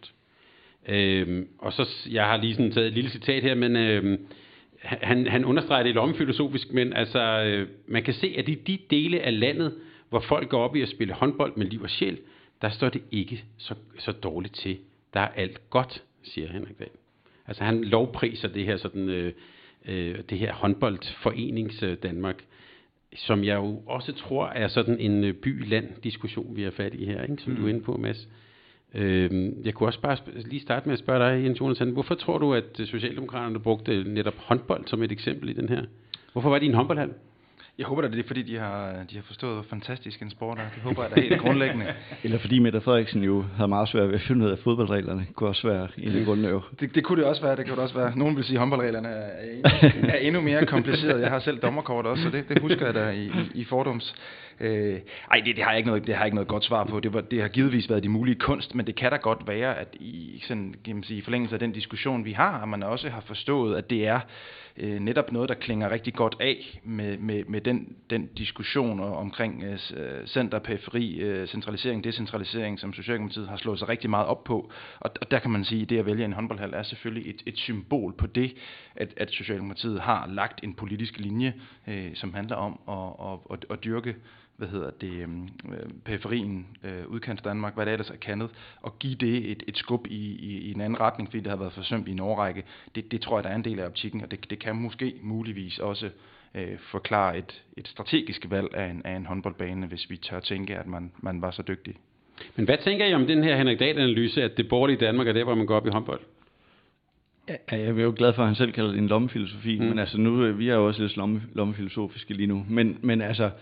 Øh, og så, jeg har lige sådan taget et lille citat her, men øh, han, han understreger det lommefilosofisk, men altså, øh, man kan se, at i de dele af landet, hvor folk går op i at spille håndbold med liv og sjæl, der står det ikke så, så dårligt til. Der er alt godt, siger Henrik Dahl. Altså han lovpriser det her sådan øh, øh, det her håndboldforenings øh, Danmark, som jeg jo også tror er sådan en øh, by-land diskussion vi er fat i her, ikke? Som mm. du er inde på, Mads. Øh, jeg kunne også bare sp- lige starte med at spørge dig, Jens Jonathan, hvorfor tror du, at Socialdemokraterne brugte netop håndbold som et eksempel i den her? Hvorfor var de i en håndboldhal? Jeg håber, at det er fordi, de har, de har forstået, hvor fantastisk en sport er. Det håber jeg, der er helt grundlæggende. Eller fordi Mette Frederiksen jo havde meget svært ved at finde ud af fodboldreglerne. Det kunne også være en af grundene jo. Det, det kunne det også være. Det kunne det også være. Nogen vil sige, at håndboldreglerne er, er endnu mere komplicerede. Jeg har selv dommerkort også, så det, det husker jeg da i, i, i fordoms. Øh, ej, det, det, har jeg ikke noget, det har jeg ikke noget godt svar på. Det, var, det har givetvis været de mulige kunst, men det kan da godt være, at i, sådan, kan man sige, i forlængelse af den diskussion, vi har, at man også har forstået, at det er øh, netop noget, der klinger rigtig godt af med, med, med den, den diskussion omkring øh, center, periferi, øh, centralisering, decentralisering, som Socialdemokratiet har slået sig rigtig meget op på. Og, og der kan man sige, at det at vælge en håndboldhal er selvfølgelig et, et symbol på det, at, at Socialdemokratiet har lagt en politisk linje, øh, som handler om at, at, at, at dyrke hvad hedder det, øh, periferien, øh, udkants Danmark, hvad det ellers er kendet, og give det et, et skub i, i, i en anden retning, fordi det har været forsømt i en årrække, det, det tror jeg, der er en del af optikken, og det, det kan måske muligvis også øh, forklare et, et strategisk valg af en, af en håndboldbane, hvis vi tør tænke, at man, man var så dygtig. Men hvad tænker I om den her Henrik Dahl-analyse, at det borgerlige Danmark er der, hvor man går op i håndbold? Ja, jeg er jo glad for, at han selv kalder det en lommefilosofi, mm. men altså nu, vi er jo også lidt lomme, lommefilosofiske lige nu, men, men altså,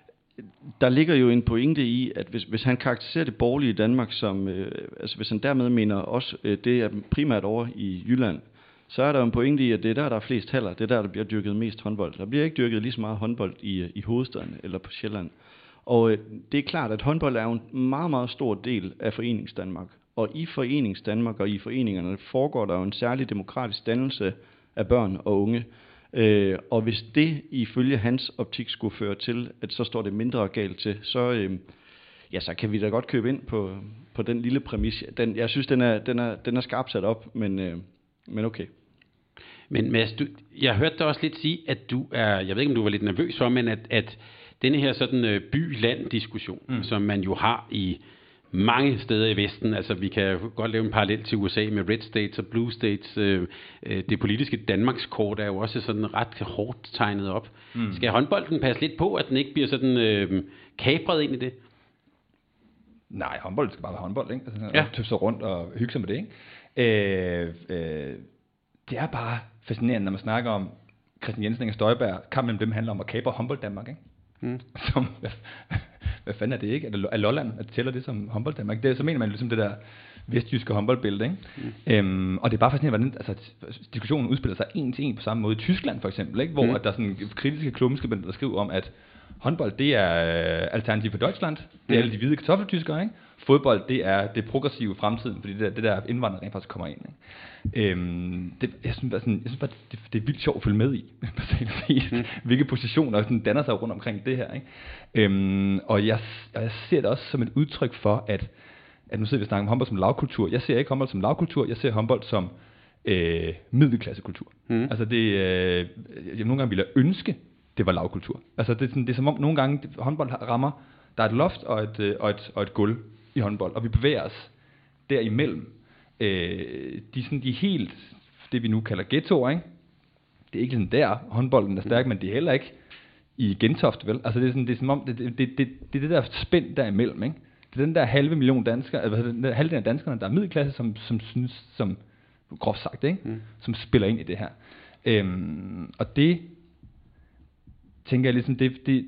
der ligger jo en pointe i, at hvis, hvis han karakteriserer det borgerlige Danmark som, øh, altså hvis han dermed mener også, øh, det er primært over i Jylland, så er der jo en pointe i, at det er der, der er flest haller, det er der, der bliver dyrket mest håndbold. Der bliver ikke dyrket lige så meget håndbold i, i hovedstaden eller på Sjælland. Og øh, det er klart, at håndbold er jo en meget, meget stor del af Foreningsdanmark. Og i Foreningsdanmark og i foreningerne foregår der jo en særlig demokratisk dannelse af børn og unge. Øh, og hvis det ifølge hans optik skulle føre til, at så står det mindre galt til, så, øh, ja, så kan vi da godt købe ind på, på den lille præmis. Den, jeg synes, den er, den er, den er skarpt sat op, men, øh, men okay. Men Mads, du, jeg hørte dig også lidt sige, at du er, jeg ved ikke, om du var lidt nervøs for, men at, at denne her sådan øh, by-land-diskussion, mm. som man jo har i mange steder i Vesten, altså vi kan godt lave en parallel til U S A med Red States og Blue States, øh, øh, det politiske Danmarkskort er jo også sådan ret hårdt tegnet op. Mm. Skal håndbolden passe lidt på, at den ikke bliver sådan øh, kapret ind i det? Nej, håndbold skal bare være håndbold, ikke? Altså, ja. Tøffe sig rundt og hygge sig med det, ikke? Øh, øh, det er bare fascinerende, når man snakker om Christian Jensen og Støjberg. Kampen mellem dem handler om at kapre håndbold Danmark, ikke? Mm. Som, hvad, hvad fanden er det, ikke? Er, det, er Lolland, at tæller det som håndbold Danmark? Det, så mener man ligesom det der vestjyske håndboldbillede, ikke? Mm. Øhm, og det er bare fascinerende, hvordan altså, diskussionen udspiller sig en til en på samme måde i Tyskland for eksempel, ikke? Hvor mm. at der er sådan kritiske klummeskribenter, der skriver om, at håndbold, det er alternativ for Deutschland, det er mm. alle de hvide kartoffeltyskere, ikke? Fodbold, det er det progressive fremtiden, fordi det der, det der indvandring rent faktisk kommer ind, ikke? Øhm, det, jeg synes bare, sådan, jeg synes bare det, det er vildt sjovt at følge med i, mm. hvilke positioner sådan danner sig rundt omkring det her, ikke? Øhm, og, jeg, og jeg ser det også som et udtryk for, at, at nu sidder vi og snakker om håndbold som lavkultur. Jeg ser ikke håndbold som lavkultur, jeg ser håndbold som øh, middelklassekultur. Mm. Altså det, øh, jeg nogle gange ville ønske, det var lavkultur. Altså det er, sådan, det er som om nogle gange håndbold rammer, der er et loft og et, og et, og et gulv i håndbold, og vi bevæger os derimellem. Øh, de, sådan, de helt, det vi nu kalder ghettoer, ikke? Det er ikke sådan der, håndbolden er stærk, mm. men det er heller ikke i Gentofte, vel? Altså det er sådan, det er som om, det, det, det, det, det er det der spænd derimellem, ikke? Det er den der halve million danskere, altså den der halvdelen af danskerne, der er middelklasse, som, som synes, som groft sagt, ikke? Mm. Som spiller ind i det her. Øhm, og det, tænker jeg ligesom, det, det,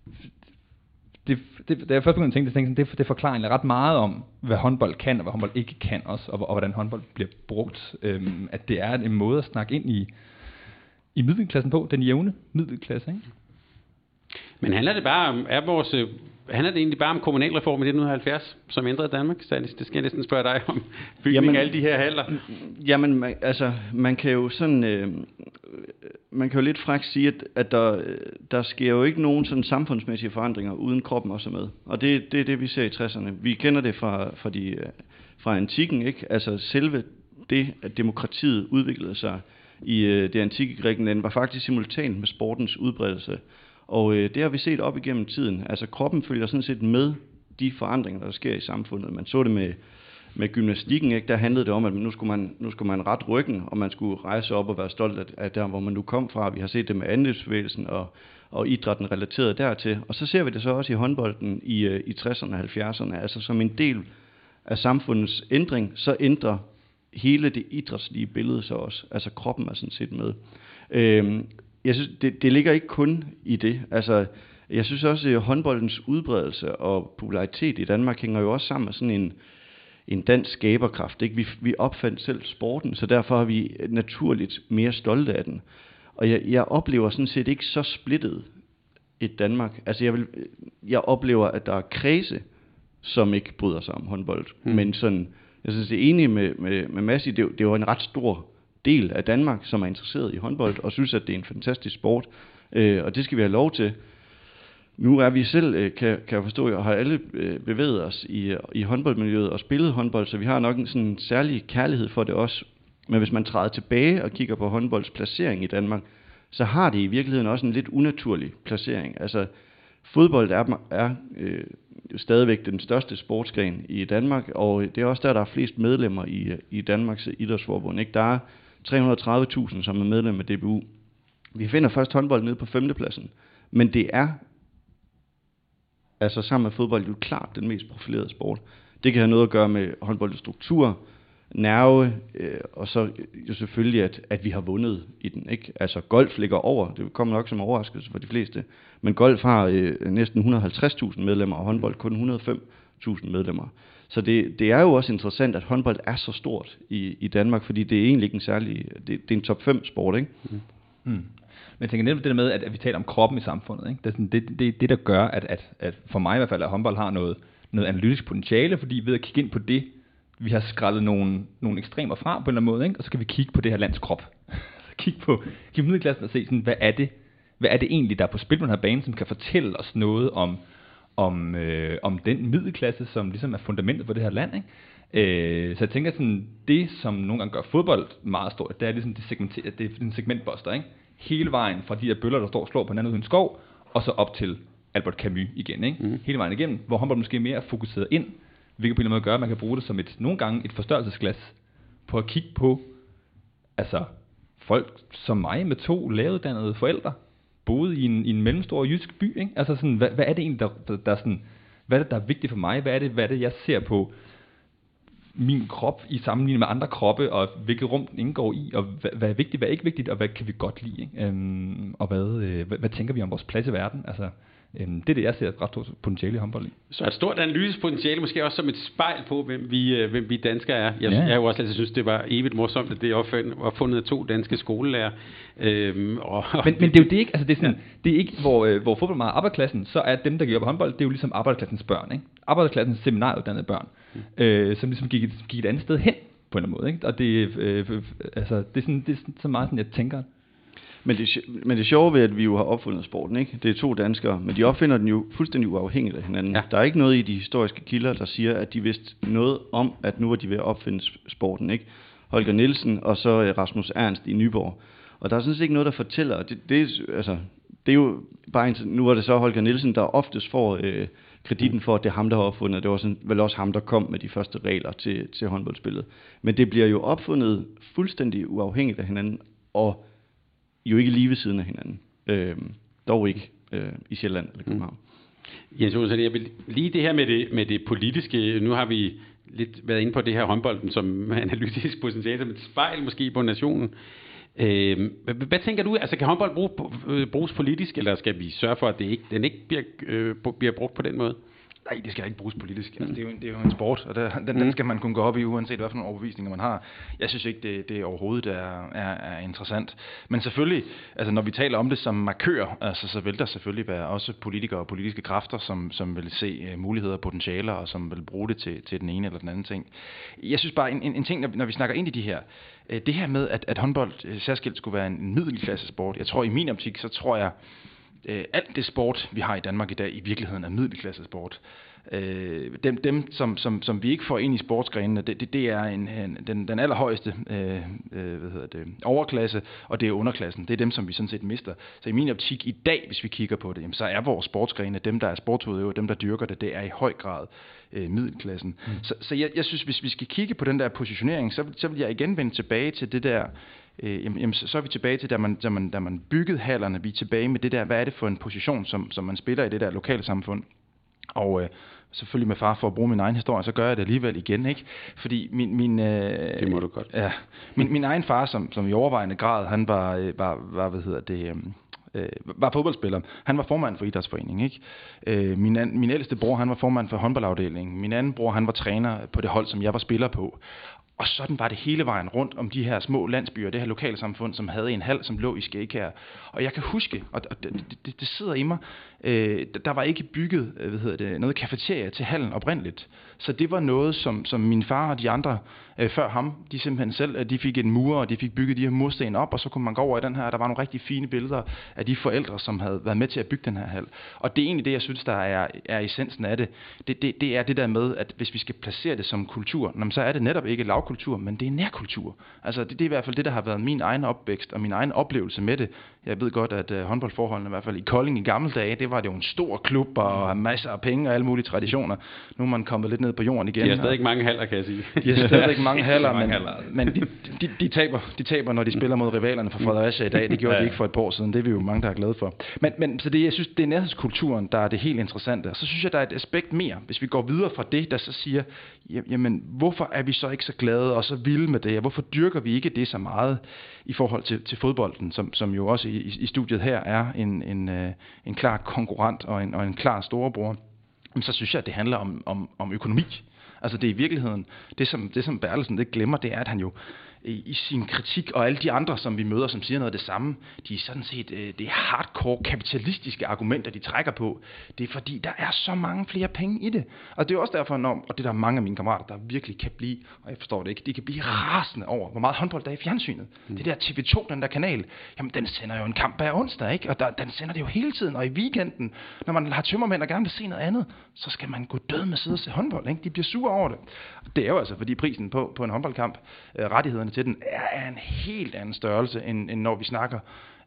det, det da jeg først begyndte at tænke, det, tænkte, det, det forklarer egentlig ret meget om, hvad håndbold kan, og hvad håndbold ikke kan også, og, og hvordan håndbold bliver brugt. Øhm, at det er en måde at snakke ind i, i middelklassen på, den jævne middelklasse, ikke? Men handler det bare om, er vores, handler det egentlig bare om kommunalreformen i nitten halvfjerds, som ændrede Danmark? Så det skal jeg næsten spørge dig om. Bygning af alle de her haller. Jamen, man, altså, man kan jo sådan, øh, man kan jo lidt frækt sige, at, at der, der sker jo ikke nogen sådan samfundsmæssige forandringer, uden kroppen også er med. Og det, det er det, vi ser i tresserne. Vi kender det fra, fra, de, fra antikken, ikke? Altså selve det, at demokratiet udviklede sig i øh, det antikke Grækenland, var faktisk simultant med sportens udbredelse. Og øh, det har vi set op igennem tiden. Altså kroppen følger sådan set med de forandringer, der sker i samfundet. Man så det med, med gymnastikken, ikke? Der handlede det om, at nu skulle, man, nu skulle man rette ryggen, og man skulle rejse op og være stolt af, af der, hvor man nu kom fra. Vi har set det med andelsbevægelsen og, og idrætten relateret dertil. Og så ser vi det så også i håndbolden i, øh, i tresserne og halvfjerdserne. Altså som en del af samfundets ændring, så ændrer hele det idrætslige billede så også. Altså kroppen er sådan set med. Øhm, Jeg synes, det, det ligger ikke kun i det. Altså, jeg synes også, at håndboldens udbredelse og popularitet i Danmark hænger jo også sammen med sådan en, en dansk skaberkraft. Ikke? Vi, vi opfandt selv sporten, så derfor er vi naturligt mere stolte af den. Og jeg, jeg oplever sådan set ikke så splittet et Danmark. Altså, jeg, vil, jeg oplever, at der er kredse, som ikke bryder sig om håndbold. Hmm. Men sådan, jeg synes, det er enig med, med, med Massi, det, det var en ret stor del af Danmark, som er interesseret i håndbold, og synes, at det er en fantastisk sport, øh, og det skal vi have lov til. Nu er vi selv, øh, kan, kan jeg forstå, og har alle øh, bevæget os i, i håndboldmiljøet og spillet håndbold, så vi har nok en sådan særlig kærlighed for det også. Men hvis man træder tilbage og kigger på håndbolds placering i Danmark, så har det i virkeligheden også en lidt unaturlig placering. Altså, fodbold er, er øh, stadigvæk den største sportsgren i Danmark, og det er også der, der er flest medlemmer i, i Danmarks idrætsforbund. Ikke? Der er tre hundrede og tredive tusind, som er medlem af D B U. Vi finder først håndbold nede på femtepladsen, men det er altså sammen med fodbold jo klart den mest profilerede sport. Det kan have noget at gøre med håndboldens struktur, nerve, øh, og så jo selvfølgelig, at, at vi har vundet i den. Ikke? Altså golf ligger over, det kommer nok som overraskelse for de fleste, men golf har øh, næsten et hundrede og halvtreds tusind medlemmer, og håndbold kun et hundrede og fem tusind medlemmer. Så det, det er jo også interessant, at håndbold er så stort i, i Danmark, fordi det er egentlig ikke en særlig, det, det er en top fem sport, ikke? Mm. Mm. Men jeg tænker netop det der med, at, at vi taler om kroppen i samfundet, ikke? Det er sådan, det, det, det der gør, at, at, at for mig i hvert fald, at håndbold har noget, noget analytisk potentiale, fordi ved at kigge ind på det, vi har skrællet nogle, nogle ekstremer fra på en eller anden måde, ikke? Og så kan vi kigge på det her lands krop. Kigge på, kigge på middelklassen og se, sådan, hvad er det, hvad er det egentlig, der er på spil på den her bane, som kan fortælle os noget om, om, øh, om den middelklasse, som ligesom er fundamentet for det her land, ikke? Øh, så jeg tænker sådan, det som nogle gange gør fodbold meget stort, det er ligesom det segmenterer, det er en segmentbuster, ikke? Hele vejen fra de her bøller, der står og slår på hinanden uden skov, og så op til Albert Camus igen, ikke? Mm. Hele vejen igennem, hvor håndbold måske mere er fokuseret ind, hvilket på en eller anden måde gør, at man kan bruge det som et, nogle gange et forstørrelsesglas, på at kigge på, altså, folk som mig med to laveruddannede forældre, boede i en, i en mellemstor jysk by, ikke? Altså sådan, hvad, hvad er det egentlig, der, der, der er sådan, hvad er det, der er vigtigt for mig? Hvad er det, hvad er det, jeg ser på min krop i sammenligning med andre kroppe, og hvilket rum den indgår i, og hvad, hvad er vigtigt, hvad er ikke vigtigt, og hvad kan vi godt lide, ikke? Øhm, og hvad, øh, hvad, hvad tænker vi om vores plads i verden? Altså, øhm, det er det, jeg ser et ret stort potentiale i håndbold i. Så et stort analytisk potentiale, måske også som et spejl på, hvem vi, øh, hvem vi danskere er. Jeg, Ja. jeg har jo også altid synes, det var evigt morsomt, at det er opfundet, opfundet af to danske skolelærer. Øhm, og, Men, men det er jo det ikke, altså det er sådan, ja. Det er ikke, hvor, øh, hvor fodbold er meget arbejderklassen, så er dem, der gik op i håndbold, det er jo ligesom arbejderklassens børn, ikke? Arbejderklassens seminaruddannede børn, mm. øh, som ligesom gik et, gik et andet sted hen, på en eller anden måde, ikke? Og det, øh, øh, altså, det er sådan, det er sådan, så meget sådan, jeg tænker. Men det, men det sjove ved, at vi jo har opfundet sporten, ikke? Det er to danskere, men de opfinder den jo fuldstændig uafhængigt af hinanden. Ja. Der er ikke noget i de historiske kilder, der siger, at de vidste noget om, at nu er de ved at opfinde sporten, ikke? Holger Nielsen og så Rasmus Ernst i Nyborg. Og der er sådan set ikke noget, der fortæller, det, det, er, altså, det er jo bare en, nu er det så Holger Nielsen, der oftest får øh, kreditten for, at det er ham, der har opfundet. Det var sådan, vel også ham, der kom med de første regler til, til håndboldspillet. Men det bliver jo opfundet fuldstændig uafhængigt af hinanden, og jo ikke lige ved siden af hinanden. Øhm, dog ikke øh, i Sjælland eller København. Mm. Jens Olsen, jeg vil lige det her med det, med det politiske, nu har vi lidt været inde på det her håndbolden som analytisk potentiale, som et spejl måske på nationen. Øh, hvad, hvad tænker du, altså kan håndbold bruge, bruges politisk, eller skal vi sørge for, at det ikke, den ikke bliver, øh, bliver brugt på den måde? Nej, det skal ikke bruges politisk. Altså, det, er jo, det er jo en sport, og der, den, den skal man kunne gå op i, uanset hvad for nogle overbevisninger man har. Jeg synes ikke, det, det overhovedet er, er, er interessant. Men selvfølgelig, altså, når vi taler om det som markør, altså, så vil der selvfølgelig være også politikere og politiske kræfter, som, som vil se uh, muligheder og potentialer, og som vil bruge det til, til den ene eller den anden ting. Jeg synes bare, en, en, en ting, når, når vi snakker ind i de her, uh, det her med, at, at håndbold uh, særskilt skulle være en, en middelklasse sport. Jeg tror, i min optik, så tror jeg, Øh, alt det sport, vi har i Danmark i dag, i virkeligheden er middelklasse sport. Øh, dem, dem som, som, som vi ikke får ind i sportsgrenene, det, det, det er en, en, den, den allerhøjeste øh, øh, hvad hedder det, overklasse, og det er underklassen. Det er dem, som vi sådan set mister. Så i min optik i dag, hvis vi kigger på det, jamen, så er vores sportsgrene, dem der er sportsudøvere, dem der dyrker det, det er i høj grad øh, middelklassen. Mm. Så, så jeg, jeg synes, hvis vi skal kigge på den der positionering, så, så vil jeg igen vende tilbage til det der. Øh, jamen, jamen, så, så er vi tilbage til, da man, da, man, da man byggede hallerne, vi er tilbage med det der, hvad er det for en position, som, som man spiller i det der lokale samfund. Og øh, selvfølgelig med far for at bruge min egen historie, så gør jeg det alligevel igen, ikke? Fordi min... min øh, det må du godt. Ja, min, min egen far, som, som i overvejende grad, han var, øh, var, var hvad hedder det... Øh, var fodboldspiller. Han var formand for idrætsforeningen, ikke? Øh, min, an, min ældste bror, han var formand for håndboldafdelingen. Min anden bror, han var træner på det hold, som jeg var spiller på. Og sådan var det hele vejen rundt om de her små landsbyer, det her lokalsamfund, som havde en hal, som lå i Skægkær. Og jeg kan huske, og det, det, det sidder i mig, øh, der var ikke bygget hvad hedder det, noget kafeteria til hallen oprindeligt. Så det var noget, som, som min far og de andre øh, før ham, de simpelthen selv, de fik en mur, og de fik bygget de her mursten op, og så kunne man gå over i den her. Der var nogle rigtig fine billeder af de forældre, som havde været med til at bygge den her hal. Og det er egentlig det, jeg synes, der er, er essensen af det. Det, det. det er det der med, at hvis vi skal placere det som kultur, så er det netop ikke lavkultur, men det er nærkultur. Altså det, det er i hvert fald det, der har været min egen opvækst og min egen oplevelse med det. Jeg ved godt, at uh, håndboldforholdene, i hvert fald i Kolding i gamle dage, det var det jo en stor klub og masser af penge og alle mulige traditioner. Nu er man kommet lidt ned på jorden igen. De har stadig mange haller, kan jeg sige. De har stadig mange haller, men, men de, de, de, taber, de taber, når de spiller mod rivalerne fra Fredericia i dag. Det gjorde ja. de ikke for et par år siden. Det er vi jo mange, der er glade for. Men, men så det, jeg synes, det er nærhedskulturen, der er det helt interessante. Og så synes jeg, der er et aspekt mere, hvis vi går videre fra det, der så siger, jamen, hvorfor er vi så ikke så glade og så vilde med det, og hvorfor dyrker vi ikke det så meget i forhold til, til fodbolden, som, som jo også i, i studiet her er en, en, en klar konkurrent og en, og en klar storebror, så synes jeg, at det handler om, om, om økonomi. Altså det er i virkeligheden, det som, det som Bertelsen det glemmer, det er, at han jo i, i sin kritik, og alle de andre, som vi møder, som siger noget af det samme, de er sådan set, det er hardcore kapitalistiske argumenter, de trækker på. Det er fordi, der er så mange flere penge i det. Og det er også derfor, når, og det er der mange af mine kammerater, der virkelig kan blive, og jeg forstår det ikke, de kan blive rasende over, hvor meget håndbold der er i fjernsynet. Mm. Det der T V to, den der kanal, jamen den sender jo en kamp hver onsdag, ikke? Og der, den sender det jo hele tiden, og i weekenden, når man har tømmermænd og gerne vil se noget andet, så skal man gå død med at sidde og se håndbold, ikke? De bliver sure over det. Det er jo altså, fordi prisen på, på en håndboldkamp, øh, rettighederne til den, er en helt anden størrelse, end, end når vi snakker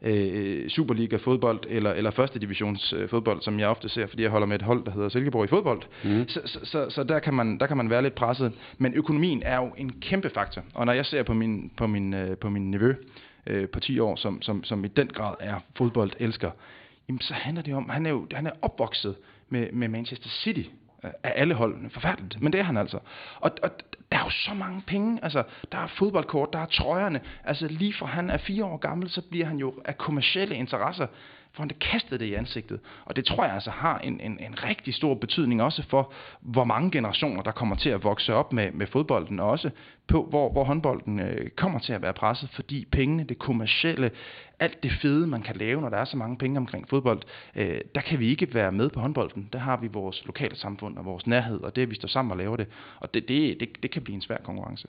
øh, Superliga-fodbold eller, eller første divisions øh, fodbold, som jeg ofte ser, fordi jeg holder med et hold, der hedder Silkeborg i fodbold. Mm. Så, så, så, så der, kan man, der kan man være lidt presset. Men økonomien er jo en kæmpe faktor. Og når jeg ser på min, på min, øh, på min nevø øh, på ti år, som, som, som i den grad er fodboldelsker, jamen, så handler det om, han er jo han er opvokset med, med Manchester City af alle holdene. Forfærdeligt. Men det er han altså. Og, og der er jo så mange penge. Altså, der er fodboldkort, der er trøjerne. Altså, lige fra han er fire år gammel, så bliver han jo af kommercielle interesser, for han har kastet det i ansigtet. Og det tror jeg altså har en, en, en rigtig stor betydning også for, hvor mange generationer, der kommer til at vokse op med, med fodbolden, og også på, hvor, hvor håndbolden øh, kommer til at være presset, fordi pengene, det kommercielle, alt det fede, man kan lave, når der er så mange penge omkring fodbold, øh, der kan vi ikke være med på håndbolden. Der har vi vores lokale samfund og vores nærhed, og det, vi står sammen og laver det. Og det, det, det, det kan blive en svær konkurrence.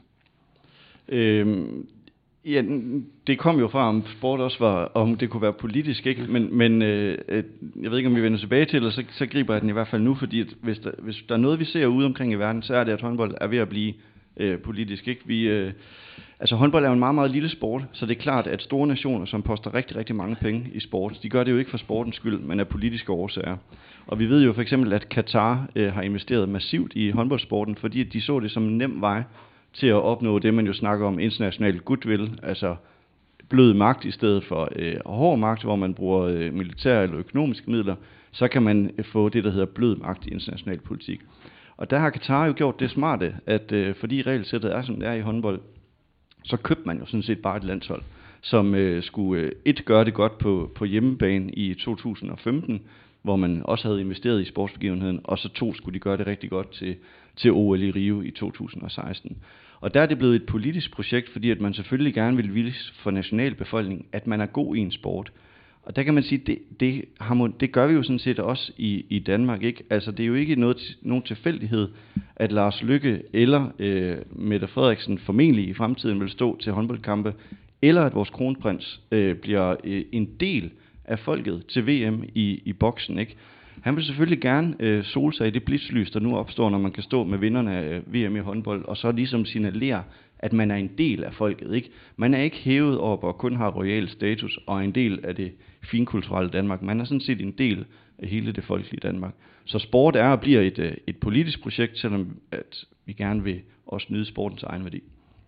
Øhm Ja, det kom jo fra, om sport også var, om det kunne være politisk, ikke? Men, men øh, jeg ved ikke, om vi vender tilbage til, eller så, så griber jeg den i hvert fald nu, fordi at hvis, der, hvis der er noget, vi ser ude omkring i verden, så er det, at håndbold er ved at blive øh, politisk, ikke? Vi, øh, altså håndbold er jo en meget, meget lille sport, så det er klart, at store nationer, som poster rigtig, rigtig mange penge i sport, de gør det jo ikke for sportens skyld, men af politiske årsager. Og vi ved jo for eksempel, at Katar øh, har investeret massivt i håndboldsporten, fordi de så det som en nem vej til at opnå det, man jo snakker om international goodwill, altså blød magt i stedet for øh, hård magt, hvor man bruger øh, militære eller økonomiske midler, så kan man øh, få det, der hedder blød magt i international politik. Og der har Qatar jo gjort det smarte, at øh, fordi regelsættet er, som det er i håndbold, så købte man jo sådan set bare et landshold, som øh, skulle øh, et gøre det godt på, på hjemmebane i to tusind og femten, hvor man også havde investeret i sportsbegivenheden, og så to skulle de gøre det rigtig godt til, til O L i Rio i to tusind og seksten. Og der er det blevet et politisk projekt, fordi at man selvfølgelig gerne vil vise for nationalbefolkningen, at man er god i en sport. Og der kan man sige, det, det, det gør vi jo sådan set også i, i Danmark, ikke? Altså det er jo ikke noget, nogen tilfældighed, at Lars Løkke eller øh, Mette Frederiksen formentlig i fremtiden vil stå til håndboldkampe, eller at vores kronprins øh, bliver øh, en del af folket til V M i, i boksen, ikke? Han vil selvfølgelig gerne øh, sole sig i det blitzlys, der nu opstår, når man kan stå med vinderne af V M i håndbold, og så ligesom signalere, at man er en del af folket, ikke? Man er ikke hævet op og kun har royal status og er en del af det finkulturelle Danmark. Man er sådan set en del af hele det folkelige Danmark. Så sport er og bliver et, et politisk projekt, selvom at vi gerne vil også nyde sportens egen værdi.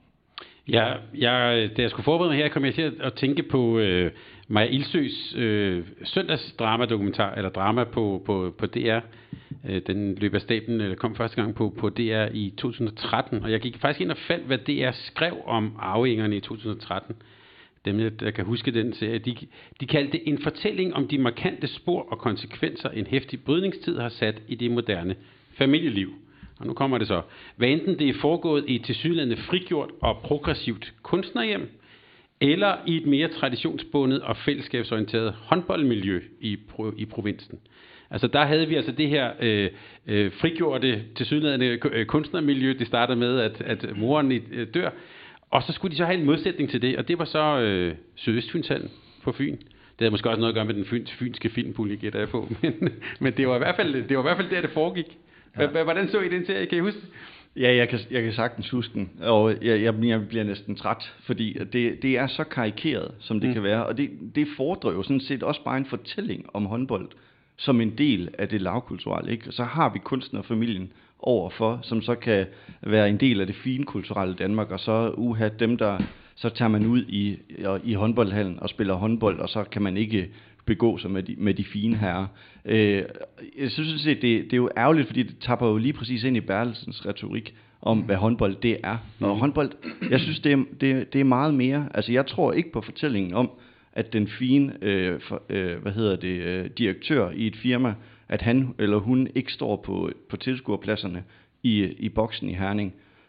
Ja, jeg, da jeg skulle forberede mig her, kom jeg til at tænke på øh, Maja Ildsøs øh, søndagsdrama-dokumentar, eller drama på, på, på D R. Øh, den løb af stablen, eller kom første gang på, på D R i to tusind og tretten, og jeg gik faktisk ind og fandt, hvad D R skrev om arvingerne i to tusind og tretten. Dem, der kan huske den serie, de, de kaldte det en fortælling om de markante spor og konsekvenser, en heftig brydningstid har sat i det moderne familieliv. Og nu kommer det så. Hvad enten det er foregået i et tilsyneladende frigjort og progressivt kunstnerhjem, eller i et mere traditionsbundet og fællesskabsorienteret håndboldmiljø i, i provinsen. Altså der havde vi altså det her øh, øh, frigjorte tilsyneladende kunstnermiljø. Det starter med, at, at moren øh, dør, og så skulle de så have en modsætning til det, og det var så øh, Sydøstfynshallen på Fyn. Det havde måske også noget at gøre med den fyns, fynske filmpulje, gætter jeg på, men, men det var i hvert fald det var i hvert fald der, det foregik. Ja. Hvordan så I den serie? Kan I huske? Ja, jeg kan, jeg kan sagtens huske den, og jeg, jeg, jeg bliver næsten træt, fordi det, det er så karikeret, som det mm. kan være, og det, det fordrer jo sådan set også bare en fortælling om håndbold, som en del af det lavkulturelle, ikke? Og så har vi kunstnerfamilien overfor, som så kan være en del af det fine kulturelle Danmark, og så uha, dem der, så tager man ud i, i håndboldhallen og spiller håndbold, og så kan man ikke begå sig med de, med de fine herrer. Øh, jeg synes, det, det er jo ærgerligt, fordi det tapper jo lige præcis ind i Bertelsens retorik om, hvad håndbold det er. Og håndbold, jeg synes, det er, det, det er meget mere. Altså, jeg tror ikke på fortællingen om, at den fine, øh, for, øh, hvad hedder det, øh, direktør i et firma, at han eller hun ikke står på, på tilskuerpladserne i, i boksen i Herning.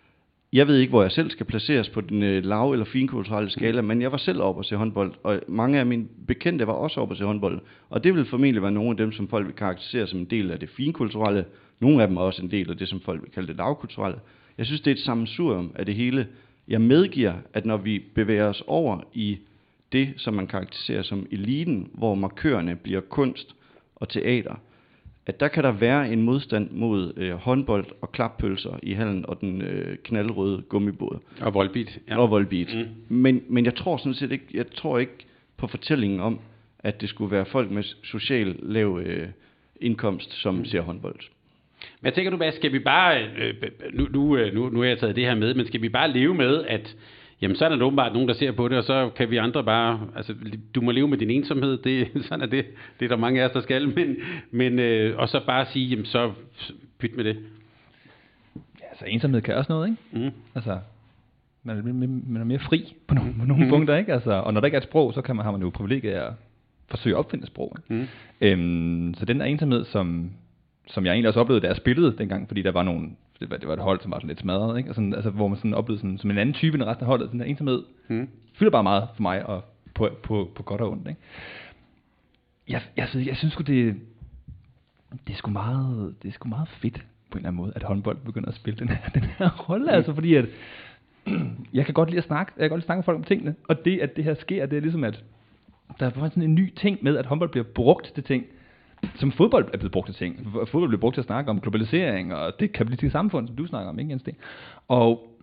Jeg ved ikke, hvor jeg selv skal placeres på den øh, lav- eller finkulturelle skala, men jeg var selv oppe at se håndbold, og mange af mine bekendte var også oppe at se håndbold. Og det vil formentlig være nogle af dem, som folk vil karakterisere som en del af det finkulturelle. Nogle af dem er også en del af det, som folk vil kalde det lavkulturelle. Jeg synes, det er et sammensurium af det hele. Jeg medgiver, at når vi bevæger os over i det, som man karakteriserer som eliten, hvor markørerne bliver kunst og teater, at der kan der være en modstand mod øh, håndbold og klappølser i hallen og den øh, knaldrøde gummibåd. Og voldbeat. Ja. Og voldbeat. Mm. Men, men jeg tror sådan set ikke, jeg tror ikke på fortællingen om, at det skulle være folk med social lav øh, indkomst, som mm. ser håndbold. Men tænker du, hvad skal vi bare, øh, nu, nu, nu, nu har jeg taget det her med, men skal vi bare leve med, at jamen, så er der åbenbart nogen, der ser på det, og så kan vi andre bare, altså, du må leve med din ensomhed, det, sådan er det, det er der mange af os, der skal, men, men øh, og så bare sige, jamen, så pyt med det. Ja, altså, ensomhed kan også noget, ikke? Mm. Altså, man er, man er mere fri på nogle, på nogle mm. punkter, ikke? Altså, og når der ikke er et sprog, så kan man, har man jo privilegiet at forsøge at opfinde et sprog, ikke? Mm. Øhm, så den der ensomhed, som, som jeg egentlig også oplevede, da jeg spillede dengang, fordi der var nogle, det var, det var et hold, som var sådan lidt smadret, ikke? Og sådan, altså, hvor man sådan oplevede sådan, som en anden type end resten af holdet, sådan der ensomhed, mm. fylder bare meget for mig, og på, på, på godt og ondt, ikke? Jeg, jeg, jeg, jeg synes sgu, det, det er sgu meget, det er sgu meget fedt, på en eller anden måde, at håndbold begynder at spille den her, den her rolle, mm. altså fordi at, jeg kan godt lide at snakke, jeg kan godt lide at snakke med folk om tingene, og det, at det her sker, det er ligesom, at der er faktisk sådan en ny ting med, at håndbold bliver brugt til ting, som fodbold er blevet brugt til ting. Fodbold bliver brugt til at snakke om globalisering og det kapitalistiske samfund, som du snakker om, ikke Jens? Og,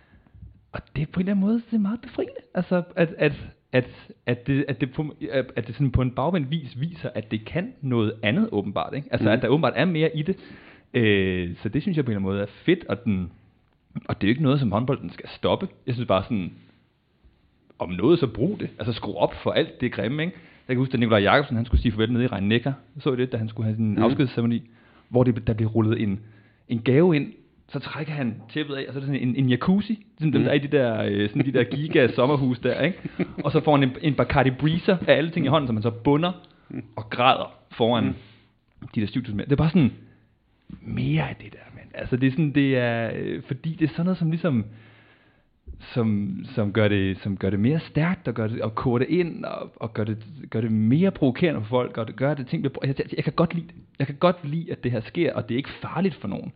og det er på en eller anden måde, det er meget befriende. Altså, at, at, at, at det, at det, på, at det sådan på en bagvendt vis viser, at det kan noget andet åbenbart, ikke? Altså, mm. at der åbenbart er mere i det. Øh, så det synes jeg på en eller anden måde er fedt, og, den, og det er jo ikke noget, som håndbolden skal stoppe. Jeg synes bare sådan, om noget, så brug det. Altså skru op for alt det grimme, ikke? Jeg kan huske, at Nikolaj Jakobsen, han skulle sige farvel nede i Rhein-Neckar. Så det, da han skulle have sådan en mm. afskedsceremoni, hvor det, der blev rullet en, en gave ind. Så trækker han tæppet af, og så er det sådan en, en jacuzzi, sådan dem, der er i de der, øh, sådan de der giga sommerhus der, ikke? Og så får han en, en Bacardi Breezer af alle ting i hånden, som man så bunder og græder foran mm. de der syv tusind mænd. Det er bare sådan, mere af det der, mand. Altså det er sådan, det er, øh, fordi det er sådan noget, som ligesom, som, som, gør det, som gør det mere stærkt, og, gør det, og koger det ind, og, og gør, det, gør det mere provokerende for folk, og det gør det ting, jeg, jeg, jeg kan godt lide det. Jeg kan godt lide, at det her sker, og det er ikke farligt for nogen.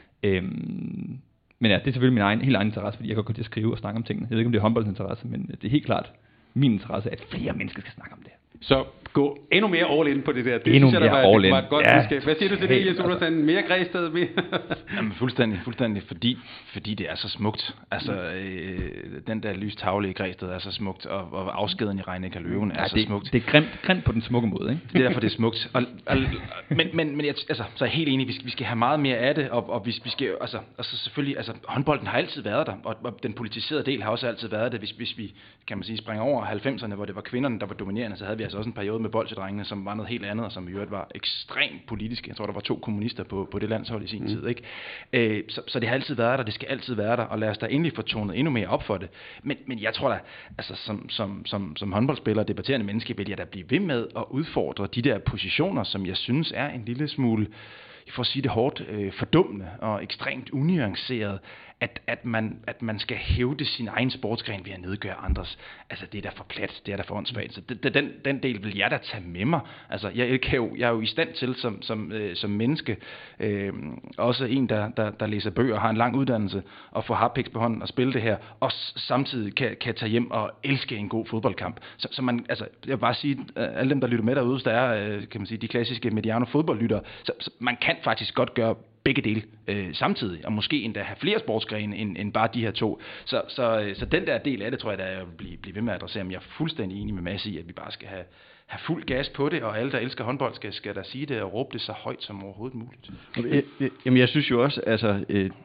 Øhm, men ja, det er selvfølgelig min egen, helt egen interesse, fordi jeg kan godt lide at skrive og snakke om tingene. Jeg ved ikke, om det er håndboldens interesse, men det er helt klart min interesse, at flere mennesker skal snakke om det. Så gå endnu mere all in på det der. Det endnu synes jeg, mere der var, all in. var et godt Ja. budskab. Hvad siger du til det, Jes Olafsson? Mere Græsted? Mere? Jamen, fuldstændig, fuldstændig, fordi, fordi det er så smukt. Altså, øh, den der lystavle i Græsted er så smukt, og, og afskeden i Rhein-Neckar Löwen er Ja, så det, smukt. det er grimt, grimt på den smukke måde, ikke? Det er derfor, det er smukt. Og, og, men men, men jeg, altså, så er jeg helt enig, vi skal, vi skal have meget mere af det, og, og vi, vi skal, altså, altså selvfølgelig, altså, håndbolden har altid været der, og, og den politiserede del har også altid været der. Hvis, hvis vi, kan man sige, springer over halvfemserne, hvor det var kvinderne, der var dominerende, så havde vi altså også en periode med bolsjedrengene, som var noget helt andet, og som i øvrigt var ekstremt politiske. Jeg tror, der var to kommunister på, på det landshold i sin mm. tid, ikke? Øh, så, så det har altid været der, det skal altid være der, og lad os da endelig få tonet endnu mere op for det. Men, men jeg tror da, altså som, som, som, som håndboldspiller og debatterende menneske, vil jeg da blive ved med at udfordre de der positioner, som jeg synes er en lille smule, for at sige det hårdt, øh, fordummende og ekstremt unuanceret, at, at, man, at man skal hævde sin egen sportsgren ved at nedgøre andres. Altså, det er da for plat, det er da for åndssvagt. Så det, den, den del vil jeg da tage med mig. Altså, jeg, kan jo, jeg er jo i stand til som, som, øh, som menneske, øh, også en, der, der, der læser bøger og har en lang uddannelse, og får harpiks på hånden og spille det her, og samtidig kan, kan tage hjem og elske en god fodboldkamp. Så, så man, altså, jeg vil bare sige, alle dem, der lytter med derude, hvis der er, kan man sige, de klassiske Mediano fodboldlyttere, så, så man kan faktisk godt gøre begge dele øh, samtidig, og måske endda have flere sportsgrene end, end bare de her to. Så, så, så den der del af det, tror jeg, der jeg vil blive, blive ved med at adressere, men jeg er fuldstændig enig med Mads i, at vi bare skal have, have fuld gas på det, og alle, der elsker håndbold, skal, skal der sige det og råbe det så højt som overhovedet muligt. Jamen, jeg synes jo også, altså,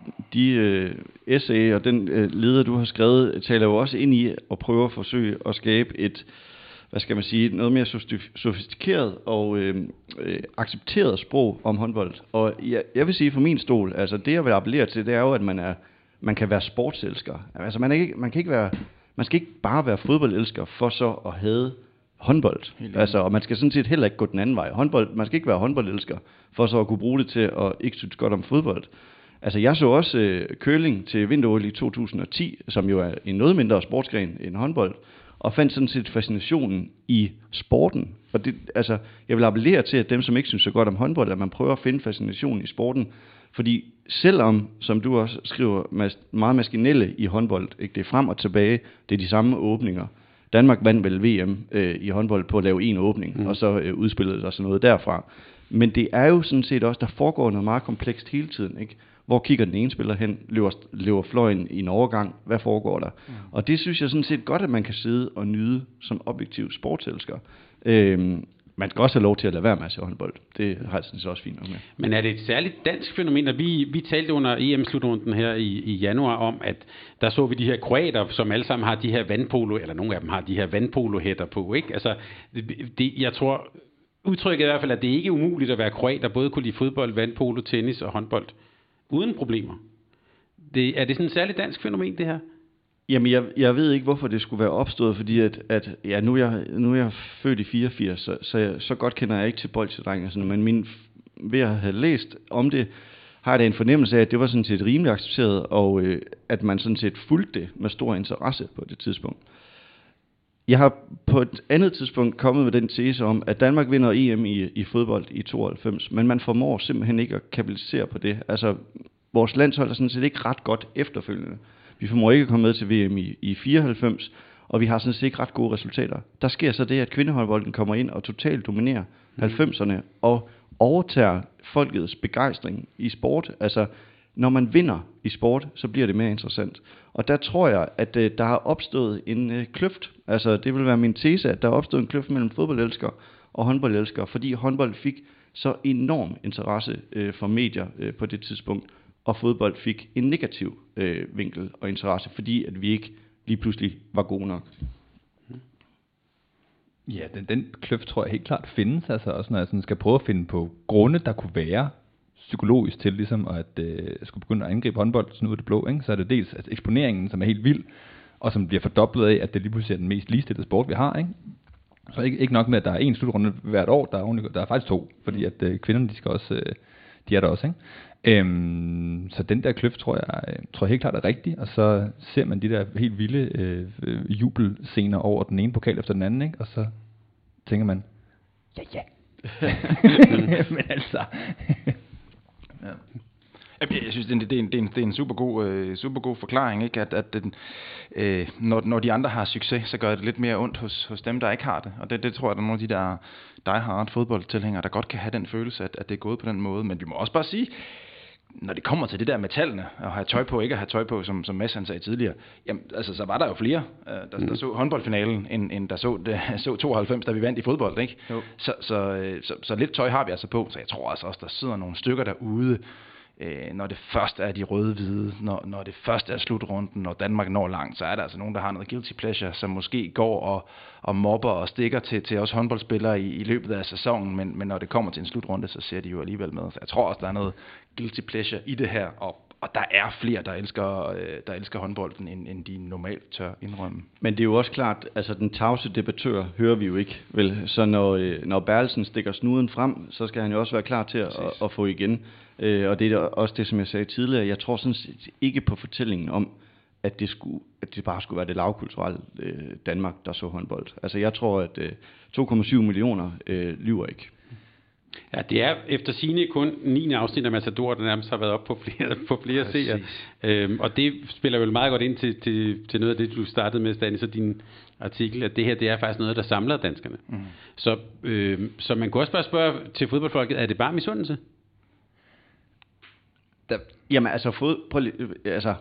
de øh, essay og den øh, leder, du har skrevet, taler jo også ind i at prøve at forsøge at skabe et, hvad skal man sige, noget mere sofistikeret og øh, øh, accepteret sprog om håndbold. Og jeg, jeg vil sige for min stol, altså det jeg vil appellere til, det er jo, at man er, man kan være sportselsker. Altså man, er ikke, man kan ikke være, man skal ikke bare være fodboldelsker for så at hade håndbold. Altså, og man skal sådan set heller ikke gå den anden vej. Håndbold, man skal ikke være håndboldelsker for så at kunne bruge det til at ikke synes godt om fodbold. Altså jeg så også øh, curling til vinter-O L i to tusind og ti, som jo er en noget mindre sportsgren end håndbold, og fandt sådan set fascinationen i sporten. Og det, altså, jeg vil appellere til, at dem, som ikke synes så godt om håndbold, at man prøver at finde fascinationen i sporten. Fordi selvom, som du også skriver, meget maskinelle i håndbold, ikke, det er frem og tilbage, det er de samme åbninger. Danmark vandt vel V M øh, i håndbold på at lave en åbning, mm. og så øh, udspillede der sådan noget derfra. Men det er jo sådan set også, der foregår noget meget komplekst hele tiden, ikke? Hvor kigger den ene spiller hen, løber, løber fløjen i en overgang, hvad foregår der? Mm. Og det synes jeg sådan set godt, at man kan sidde og nyde som objektiv sportselsker. Øhm, man skal også have lov til at lade være med at se håndbold. Det har jeg sådan set også fint nok med. Men er det et særligt dansk fænomen, at vi, vi talte under E M-slutrunden her i, i januar om, at der så vi de her kroater, som alle sammen har de her vandpolo, eller nogle af dem har de her vandpolo-hætter på, ikke? Altså, det, det, jeg tror, udtrykket er i hvert fald, at det ikke er umuligt at være kroat, der både kunne lide fodbold, vandpolo, tennis og håndbold. Uden problemer. Det, er det sådan et særligt dansk fænomen, det her? Jamen, jeg, jeg ved ikke, hvorfor det skulle være opstået, fordi at, at ja, nu, er jeg, nu er jeg født i fireogfirs, så, så, jeg, så godt kender jeg ikke til bolsjedrenge og sådan, men min, ved at have læst om det, har jeg da en fornemmelse af, at det var sådan set rimelig accepteret, og øh, at man sådan set fulgte det med stor interesse på det tidspunkt. Jeg har på et andet tidspunkt kommet med den tese om, at Danmark vinder E M i, i fodbold i tooghalvfems, men man formår simpelthen ikke at kapitalisere på det. Altså, vores landshold er sådan set ikke ret godt efterfølgende. Vi formår ikke at komme med til V M i, i fireoghalvfems, og vi har sådan set ikke ret gode resultater. Der sker så det, at kvindehåndbolden kommer ind og totalt dominerer mm. halvfemserne, og overtager folkets begejstring i sport. Altså, når man vinder i sport, så bliver det mere interessant. Og der tror jeg, at øh, der har opstået en øh, kløft. Altså, det vil være min tese, at der har opstået en kløft mellem fodboldelskere og håndboldelskere, fordi håndbold fik så enorm interesse øh, for medier øh, på det tidspunkt, og fodbold fik en negativ øh, vinkel og interesse, fordi at vi ikke lige pludselig var gode nok. Ja, den, den kløft tror jeg helt klart findes, altså også når jeg sådan skal prøve at finde på grunde, der kunne være psykologisk til ligesom at øh, skulle begynde at angribe håndbold sådan ud af det blå, ikke? Så er det dels altså, eksponeringen, som er helt vild, og som bliver fordoblet af, at det lige pludselig er den mest ligestillede sport, vi har, ikke? Så ikke, ikke nok med, at der er en slutrunde hvert år, der er, ordentligt, der er faktisk to, fordi at øh, kvinderne, de skal også, øh, de er der også, ikke? Øhm, så den der kløft, tror jeg, øh, tror jeg helt klart er rigtig, og så ser man de der helt vilde øh, øh, jubelscener over den ene pokal efter den anden, ikke? Og så tænker man, ja ja, men altså... Ja. Jeg synes, det er en, det er en, det er en super god, øh, super god forklaring, ikke? At, at den, øh, når, når de andre har succes, så gør det lidt mere ondt hos, hos dem, der ikke har det. Og det, det tror jeg, der er nogle af de der die-hard fodboldtilhængere, der godt kan have den følelse, at, at det er gået på den måde. Men vi må også bare sige, når det kommer til det der med tallene, og have tøj på, ikke at have tøj på, som, som Mads han sagde tidligere, jamen, altså, så var der jo flere, øh, der, mm. der så håndboldfinalen, end, end der så, der så tooghalvfems, da vi vandt i fodbold, ikke? Så, så, så, så lidt tøj har vi altså på, så jeg tror altså også, der sidder nogle stykker derude, øh, når det først er de røde-hvide, når, når det først er slutrunden, når Danmark når langt, så er der altså nogen, der har noget guilty pleasure, som måske går og, og mobber og stikker til, til os håndboldspillere i, i løbet af sæsonen, men, men når det kommer til en slutrunde, så ser de jo alligevel med. Så jeg tror også, der er noget guilty pleasure i det her, og, og der er flere, der elsker, øh, der elsker håndbolden, end, end de normalt tør indrømme. Men det er jo også klart, altså den tavse debattør hører vi jo ikke, vel? Så når, øh, når Berlsen stikker snuden frem, så skal han jo også være klar til at, at, at få igen. Øh, og det er også det, som jeg sagde tidligere, jeg tror sådan set ikke på fortællingen om, at det, skulle, at det bare skulle være det lavkulturelle øh, Danmark, der så håndbold. Altså jeg tror, at øh, to komma syv millioner øh, lyver ikke. Ja, det er efter sigende kun niende afsnit af Matador, der nærmest har været op på flere, på flere seere. Øhm, og det spiller vel meget godt ind til, til, til noget af det, du startede med, Stanis, og din artikel, at det her, det er faktisk noget, der samler danskerne. Mm. Så, øh, så man kunne også bare spørge til fodboldfolket, er det bare misundelse? Der, jamen altså, fod, prøv, altså,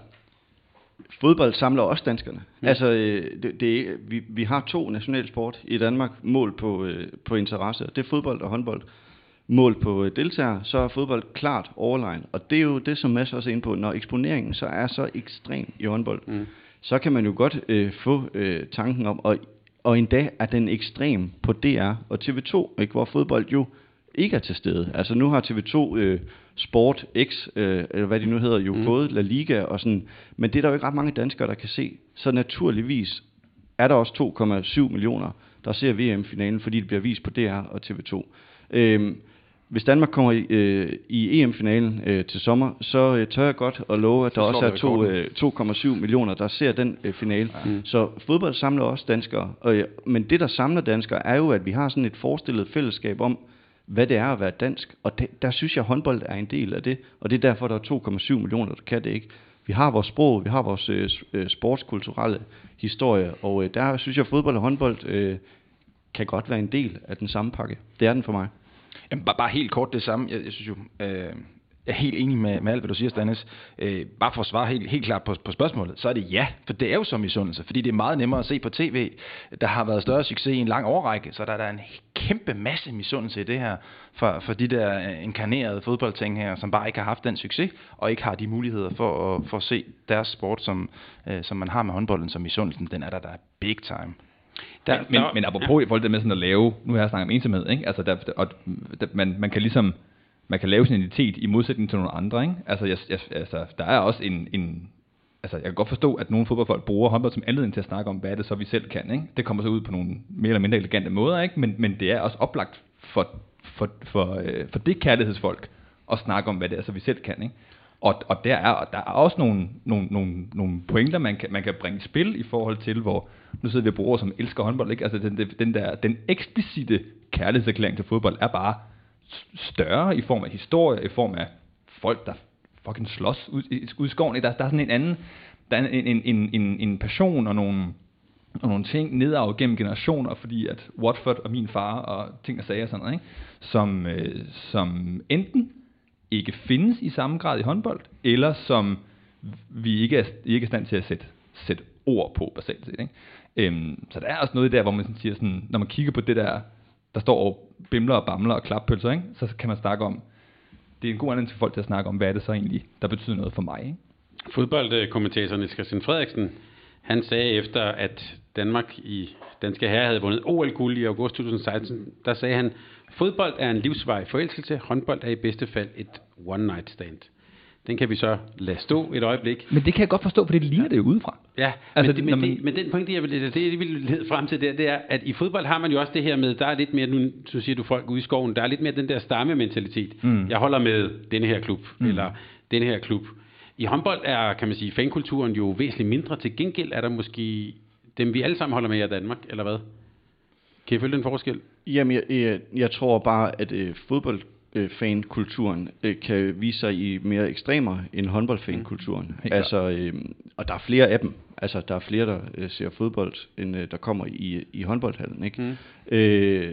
fodbold samler også danskerne. Mm. Altså, det, det, vi, vi har to nationalsport i Danmark, mål på, øh, på interesse. Det er fodbold og håndbold. Mål på øh, deltagere, så er fodbold klart overlegen. Og det er jo det, som Mads også er inde på. Når eksponeringen så er så ekstrem i håndbold, mm. så kan man jo godt øh, få øh, tanken om, og, og endda er den ekstrem på D R og T V to, ikke, hvor fodbold jo ikke er til stede. Altså nu har T V to øh, Sport X, øh, eller hvad de nu hedder, jo mm. fået La Liga og sådan, men det er der jo ikke ret mange danskere, der kan se. Så naturligvis er der også to komma syv millioner, der ser V M-finalen, fordi det bliver vist på D R og T V to. Øhm, hvis Danmark kommer i, øh, i E M-finalen øh, til sommer, så øh, tør jeg godt at love, at der også er to, øh, to komma syv millioner, der ser den øh, finale. Mm. Så fodbold samler også danskere. Og, øh, men det, der samler danskere, er jo, at vi har sådan et forestillet fællesskab om, hvad det er at være dansk. Og det, der synes jeg, håndbold er en del af det. Og det er derfor, der er to komma syv millioner, der kan det ikke. Vi har vores sprog, vi har vores øh, sportskulturelle historie, og øh, der synes jeg, at fodbold og håndbold øh, kan godt være en del af den samme pakke. Det er den for mig. Jamen, bare, bare helt kort det samme. Jeg, jeg synes jo, øh, jeg er helt enig med, med alt, hvad du siger, Stanis. Øh, bare for at svare helt, helt klart på, på spørgsmålet, så er det ja, for det er jo som misundelse, fordi det er meget nemmere at se på tv. Der har været større succes i en lang årrække, så der er der en kæmpe masse misundelse i det her, for, for de der inkarnerede fodboldting her, som bare ikke har haft den succes, og ikke har de muligheder for at, for at se deres sport, som, øh, som man har med håndbolden, som misundelsen, den er der, der er big time. Der, men, men apropos i forhold til med sådan at lave, nu har jeg snakket om ensomhed, ikke? Altså der, og der, man, man kan ligesom, man kan lave sin identitet i modsætning til nogle andre, ikke? Altså, jeg, jeg, altså der er også en, en, altså jeg kan godt forstå, at nogle fodboldfolk bruger håndbold som anledning til at snakke om, hvad det så vi selv kan, ikke? Det kommer så ud på nogle mere eller mindre elegante måder, ikke? Men, men det er også oplagt for, for, for, øh, for det kærlighedsfolk at snakke om, hvad det er så vi selv kan, ikke? Og, og der er der er også nogle, nogle, nogle, nogle pointer, man kan, man kan bringe i spil i forhold til, hvor nu sidder vi og bruger, som elsker håndbold, ikke? Altså den, den, der, den eksplicite kærlighedserklæring til fodbold er bare større i form af historie, i form af folk, der fucking slås ud, ud i skoven. Der, der er sådan en anden, der er en, en, en, en, en passion og nogle, og nogle ting nedarvet gennem generationer, fordi at Watford og min far og ting og sager og sådan noget, ikke? Som, øh, som enten ikke findes i samme grad i håndbold, eller som vi ikke er, ikke er stand til at sætte, sætte ord på, basalt set, ikke? Øhm, så der er også noget der, hvor man sådan siger, sådan, når man kigger på det der, der står og bimler og bamler og klappølser, ikke? Så kan man snakke om, det er en god anledning til folk til at snakke om, hvad er det så egentlig, der betyder noget for mig, ikke? Fodboldkommentatoren Christian Frederiksen, han sagde efter, at Danmark i danske herrer havde vundet O L-guld i august to tusind og seksten, der sagde han, fodbold er en livsvej forelskelse, håndbold er i bedste fald et one night stand. Den kan vi så lade stå et øjeblik. Men det kan jeg godt forstå, for det ligner det jo udefra. Ja, altså, men, det, men, man... det, men den pointe, jeg vil, det, det vil lede frem til, det, det er, at i fodbold har man jo også det her med, der er lidt mere, nu så siger du folk ude i skoven, der er lidt mere den der stamme-mentalitet. Mm. Jeg holder med denne her klub, mm. eller denne her klub. I håndbold er, kan man sige, fankulturen jo væsentligt mindre. Til gengæld er der måske dem, vi alle sammen holder med i Danmark, eller hvad? Kan I følge den forskel? Jamen, jeg, jeg, jeg tror bare, at øh, fodbold Øh, fankulturen øh, kan vise sig i mere ekstremer end håndboldfankulturen. Mm. Altså, øh, og der er flere af dem. Altså, der er flere, der øh, ser fodbold, end øh, der kommer i, i håndboldhallen, ikke? Mm. Øh,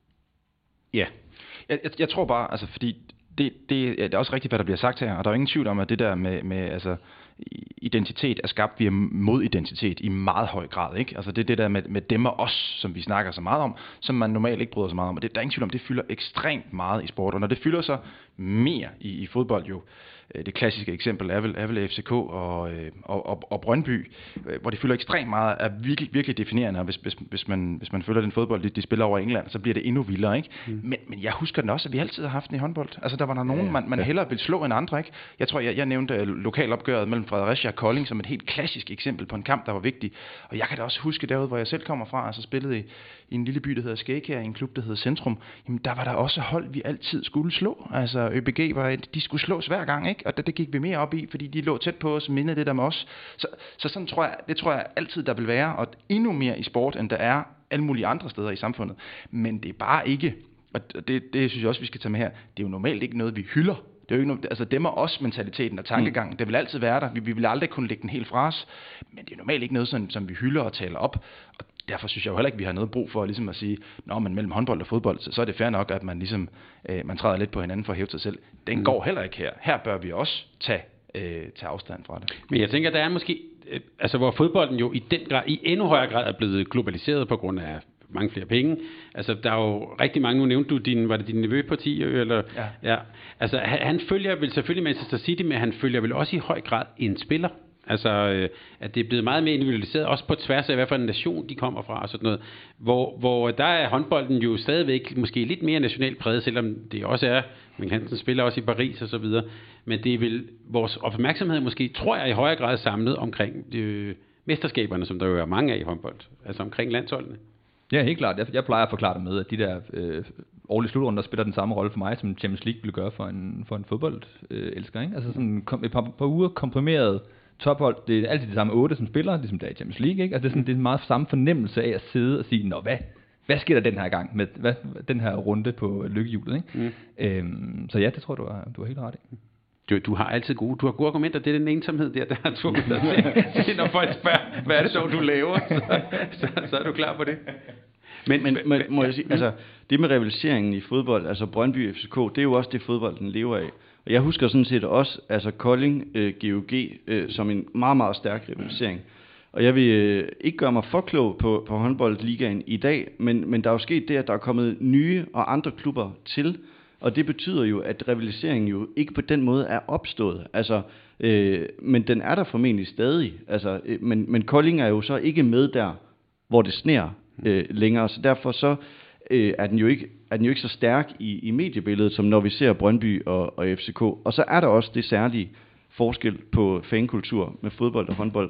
ja. Jeg, jeg, jeg tror bare, altså, fordi det, det, det er også rigtigt, hvad der bliver sagt her, og der er ingen tvivl om, at det der med, med altså, identitet er skabt via modidentitet i meget høj grad, ikke? Altså det er det der med, med dem og os, som vi snakker så meget om, som man normalt ikke bryder så meget om, og det, der er ingen tvivl om, det fylder ekstremt meget i sport, og når det fylder så mere i, i fodbold jo, det klassiske eksempel er vel, er vel F C K og, og, og, og Brøndby, hvor det fylder ekstremt meget, er virkelig, virkelig definerende, og hvis, hvis, hvis, man, hvis man følger den fodbold, de, de spiller over England, så bliver det endnu vildere, ikke? Mm. Men, men jeg husker den også, at vi altid har haft den i håndbold. Altså der var der nogen, ja, man, man ja. hellere ville slå end andre, ikke? Jeg tror, jeg, jeg nævnte lokalopgøret mellem Fredericia og Kolding som et helt klassisk eksempel på en kamp, der var vigtig, og jeg kan da også huske derude, hvor jeg selv kommer fra, altså spillede i, i en lille by, der hedder Skægkær, i en klub, der hedder Centrum, jamen der var der også hold, vi altid skulle slå. Altså Ø B G var et, de skulle slås hver gang, ikke? Og det, det gik vi mere op i, fordi de lå tæt på os, mindede det der med os. Så, så sådan tror jeg, det tror jeg altid, der vil være, og endnu mere i sport, end der er alle mulige andre steder i samfundet. Men det er bare ikke, og det, det synes jeg også, vi skal tage med her, det er jo normalt ikke noget, vi hylder. Det er jo ikke noget, altså dem og os mentaliteten og tankegangen, mm. det vil altid være der. Vi, vi vil aldrig kunne lægge den helt fra os, men det er normalt ikke noget, som, som vi hylder og taler op. Og derfor synes jeg jo heller ikke, vi har noget brug for ligesom at sige, når man mellem håndbold og fodbold, så, så er det fair nok, at man ligesom øh, man træder lidt på hinanden for at hæve sig selv. Den mm. går heller ikke her. Her bør vi også tage, øh, tage afstand fra det. Men jeg tænker, der er måske, øh, altså hvor fodbolden jo i den grad, i endnu højere grad er blevet globaliseret på grund af mange flere penge. Altså, der er jo rigtig mange, nu nævnte du din, var det din nevø på ti, eller? Ja. ja. Altså, han, han følger vel selvfølgelig Manchester City, men han følger vel også i høj grad en spiller. Altså, øh, at det er blevet meget mere individualiseret, også på tværs af, hvad for en nation de kommer fra, og sådan noget. Hvor, hvor der er håndbolden jo stadigvæk måske lidt mere nationalt præget, selvom det også er, man kan spille også i Paris og så videre. Men det er vel, vores opmærksomhed måske, tror jeg, i højere grad samlet omkring øh, mesterskaberne, som der jo er mange af i håndbold. Altså omkring landsholdene. Ja, helt klart. Jeg, jeg plejer at forklare det med, at de der øh, årlige slutrunder spiller den samme rolle for mig, som Champions League ville gøre for en, for en fodboldelsker. Øh, ikke? Altså sådan kom, et par, par uger komprimeret tophold, det er altid de samme otte, som spiller, ligesom der i Champions League. Ikke? Altså det er, sådan, det er en meget samme fornemmelse af at sidde og sige, nå hvad, hvad sker der den her gang med hvad, den her runde på lykkehjulet? Ikke? Mm. Øhm, så ja, det tror jeg, du har, du har helt ret i. Du, du har altid gode, du har gode argumenter. Det er den ensomhed der, der har tvunget dig til, når folk spørger, hvad er det så, du laver? Så, så, så er du klar på det. Men, men, men må jeg sige, altså det med rivaliseringen i fodbold, altså Brøndby F C K, det er jo også det fodbold, den lever af. Og jeg husker sådan set også, altså Kolding øh, G O G øh, som en meget, meget stærk rivalisering. Og jeg vil øh, ikke gøre mig for klog på, på håndboldligaen i dag, men, men der er jo sket det, at der er kommet nye og andre klubber til, og det betyder jo, at rivaliseringen jo ikke på den måde er opstået. Altså, øh, men den er der formentlig stadig. Altså, øh, men, men Kolding er jo så ikke med der, hvor det sner øh, længere, så derfor så øh, er den jo ikke er den jo ikke så stærk i, i mediebilledet, som når vi ser Brøndby og, og F C K. Og så er der også det særlige forskel på fankultur med fodbold og håndbold,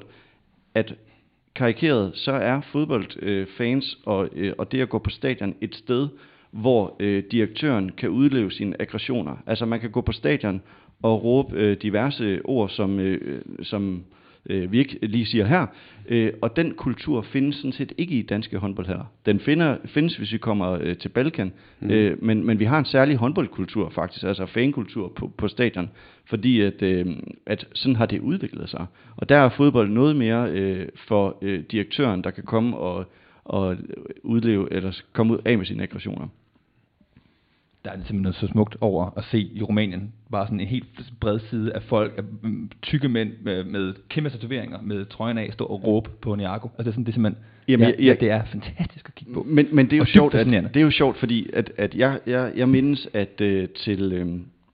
at karikeret, så er fodboldfans øh, og, øh, og det at gå på stadion et sted, hvor øh, direktøren kan udleve sine aggressioner. Altså man kan gå på stadion og råbe øh, diverse ord, som, øh, som øh, vi ikke lige siger her. Øh, og den kultur findes sådan set ikke i danske håndboldhaller. Den finder, findes, hvis vi kommer øh, til Balkan. Mm. Øh, men, men vi har en særlig håndboldkultur faktisk, altså fankultur på, på stadion. Fordi at, øh, at sådan har det udviklet sig. Og der er fodbold noget mere øh, for øh, direktøren, der kan komme og, og udleve, eller komme ud af med sine aggressioner. Der er simpelthen noget så smukt over at se i Rumænien, bare sådan en helt bred side af folk, af tykke mænd med, med kæmpe tatoveringer, med trøjen af, stå og råbe på Niago. Altså det er, sådan, det er simpelthen, Jamen, ja, ja, det er fantastisk at kigge på. Men, men det er jo sjovt, at, det er jo sjovt, fordi at, at jeg, jeg, jeg mindes, at uh, til, um,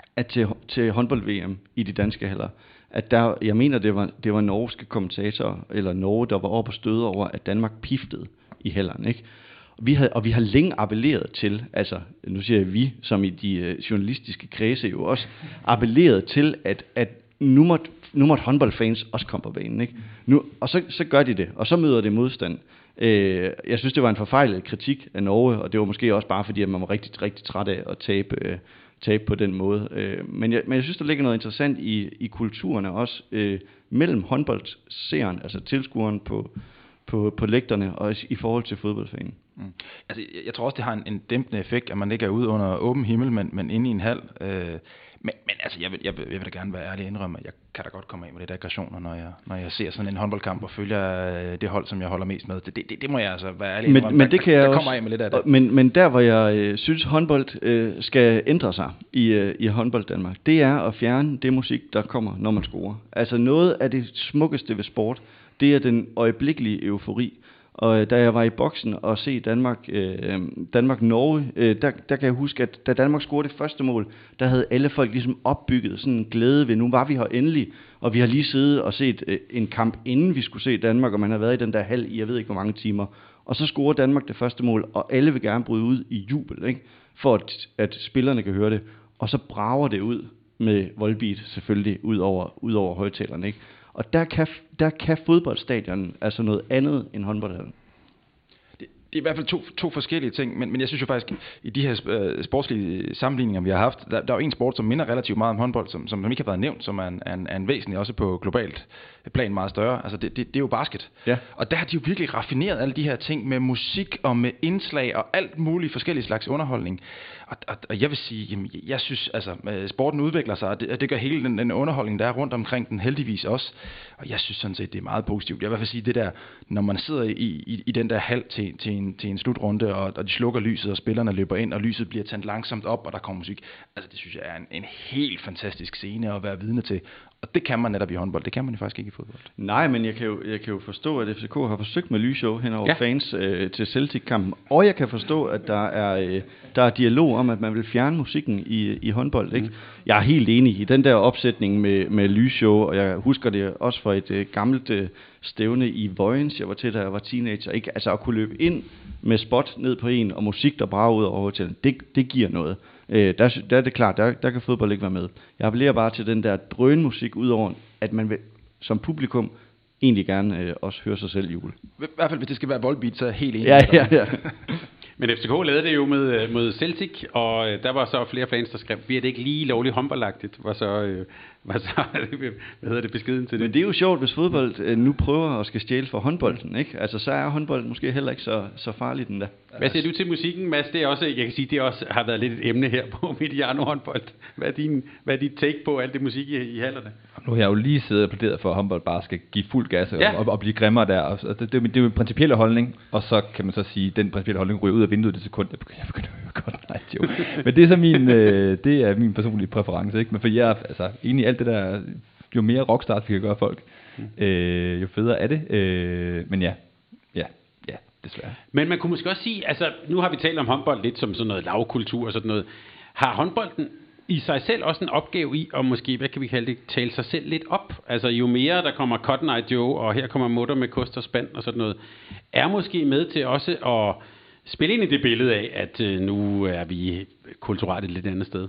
at til, til håndbold-V M i de danske haller, at der, jeg mener, det var, det var norske kommentatorer, eller Norge, der var oppe og støde over, at Danmark piftede i hallerne, ikke? Vi havde, og vi har længe appelleret til, altså nu siger jeg vi, som i de øh, journalistiske kredse jo også, appelleret til, at, at nu måtte, nu måtte håndboldfans også komme på banen, ikke? Nu, og så, så gør de det, og så møder det modstand. Øh, jeg synes, det var en forfejlet kritik af Norge, og det var måske også bare fordi, at man var rigtig, rigtig træt af at tabe, øh, tabe på den måde. Øh, men, jeg, men jeg synes, der ligger noget interessant i, i kulturerne også, øh, mellem håndboldseeren, altså tilskueren på, på, på lægterne, og i forhold til fodboldfanen. Mm. Altså, jeg, jeg tror også, det har en, en dæmpende effekt, at man ikke er ude under åben himmel, men, men inde i en hal. Øh, men, men altså, jeg vil, jeg, vil, jeg vil da gerne være ærlig og indrømme, at jeg kan da godt komme af med lidt aggressioner, når jeg, når jeg ser sådan en håndboldkamp og følger det hold, som jeg holder mest med. Det, det, det må jeg altså være ærlig indrømme. Men, men det kan jeg, jeg kommer af med lidt af det. Men, men der, hvor jeg øh, synes, håndbold øh, skal ændre sig i, øh, i håndbold Danmark, det er at fjerne det musik, der kommer, når man scorer. Altså noget af det smukkeste ved sport, det er den øjeblikkelige eufori. Og da jeg var i boksen og se Danmark, øh, Danmark-Norge, øh, der, der kan jeg huske, at da Danmark scorede det første mål, der havde alle folk ligesom opbygget sådan en glæde ved, nu var vi her endelig, og vi har lige siddet og set øh, en kamp, inden vi skulle se Danmark, og man har været i den der hal i, jeg ved ikke hvor mange timer. Og så scorer Danmark det første mål, og alle vil gerne bryde ud i jubel, ikke? For at, at spillerne kan høre det. Og så brager det ud med Volbeat selvfølgelig, ud over, ud over højtalerne, ikke? Og der kan, der kan fodboldstadion altså noget andet end håndboldhallen. Det, det er i hvert fald to, to forskellige ting, men, men jeg synes jo faktisk, i de her øh, sportslige sammenligninger, vi har haft, der, der er jo en sport, som minder relativt meget om håndbold, som, som, som ikke har været nævnt, som er en, er en, er en væsentlig, også på globalt plan meget større. Altså det, det, det er jo basket. Ja. Og der har de jo virkelig raffineret alle de her ting med musik og med indslag og alt muligt forskellige slags underholdning. Og, og, og jeg vil sige, jamen, jeg synes, altså, sporten udvikler sig, og det, og det gør hele den, den underholdning, der er rundt omkring den heldigvis også. Og jeg synes sådan set, det er meget positivt. Jeg vil i hvert fald sige det der, når man sidder i, i, i den der hal til, til, en, til en slutrunde, og, og de slukker lyset, og spillerne løber ind, og lyset bliver tændt langsomt op, og der kommer musik. Altså det synes jeg er en, en helt fantastisk scene at være vidne til. Og det kan man netop i håndbold, det kan man jo faktisk ikke i fodbold. Nej, men jeg kan jo, jeg kan jo forstå, at F C K har forsøgt med lysshow hen over ja. fans øh, til Celtic-kampen. Og jeg kan forstå, at der er, øh, der er dialog om, at man vil fjerne musikken i, i håndbold. Ikke? Mm. Jeg er helt enig i den der opsætning med, med lysshow, og jeg husker det også fra et øh, gammelt øh, stævne i Vojens, jeg var til, da jeg var teenager. Ikke? Altså at kunne løbe ind med spot ned på en, og musik, der brager ud over hotellet, det, det giver noget. Øh, der, der er det klart, der, der kan fodbold ikke være med. Jeg appellerer bare til den der drønmusik, udover at man vil, som publikum egentlig gerne øh, også høre sig selv jule. I hvert fald, hvis det skal være Volbeat, så er jeg helt enig. Ja, ja, ja. Men F C K lavede det jo med, mod Celtic, og der var så flere fans, der skrev, bliver det ikke lige lovligt håndboldagtigt, var så, øh, var så hvad hedder det, beskeden til det. Men det er jo sjovt, hvis fodbold øh, nu prøver at skal stjæle for håndbolden, ikke? Altså så er håndbold måske heller ikke så, så farlig den der. Hvad siger du til musikken, Mads? Det er også, jeg kan sige, det også har været lidt et emne her på Mediano håndbold. Hvad er din, hvad er dit take på alt det musik i, i hallerne? Nu har jeg jo lige siddet og plæderet for, at håndbold bare skal give fuld gas og, ja. og, og blive grimmere der. Og, og det, det, det er jo en principielle holdning, og så kan man så sige, at den principielle holdning ryger ud af vinduet det sekund. Jeg begynder at høre godt, nej, jo. Men det er så min, øh, det er min personlige præference, ikke? Men for jeg er altså, enig i alt det der, jo mere rockstars vi kan gøre folk, øh, jo federe er det. Øh, men ja, ja, ja, desværre. Men man kunne måske også sige, altså nu har vi talt om håndbold lidt som sådan noget lavkultur og sådan noget. Har håndbolden i sig selv også en opgave i, og måske, hvad kan vi kalde det, tale sig selv lidt op? Altså jo mere der kommer Cotton Eye Joe, og her kommer Mutter med kost og spand og sådan noget, er måske med til også at spille ind i det billede af, at øh, nu er vi kulturelt et lidt andet sted.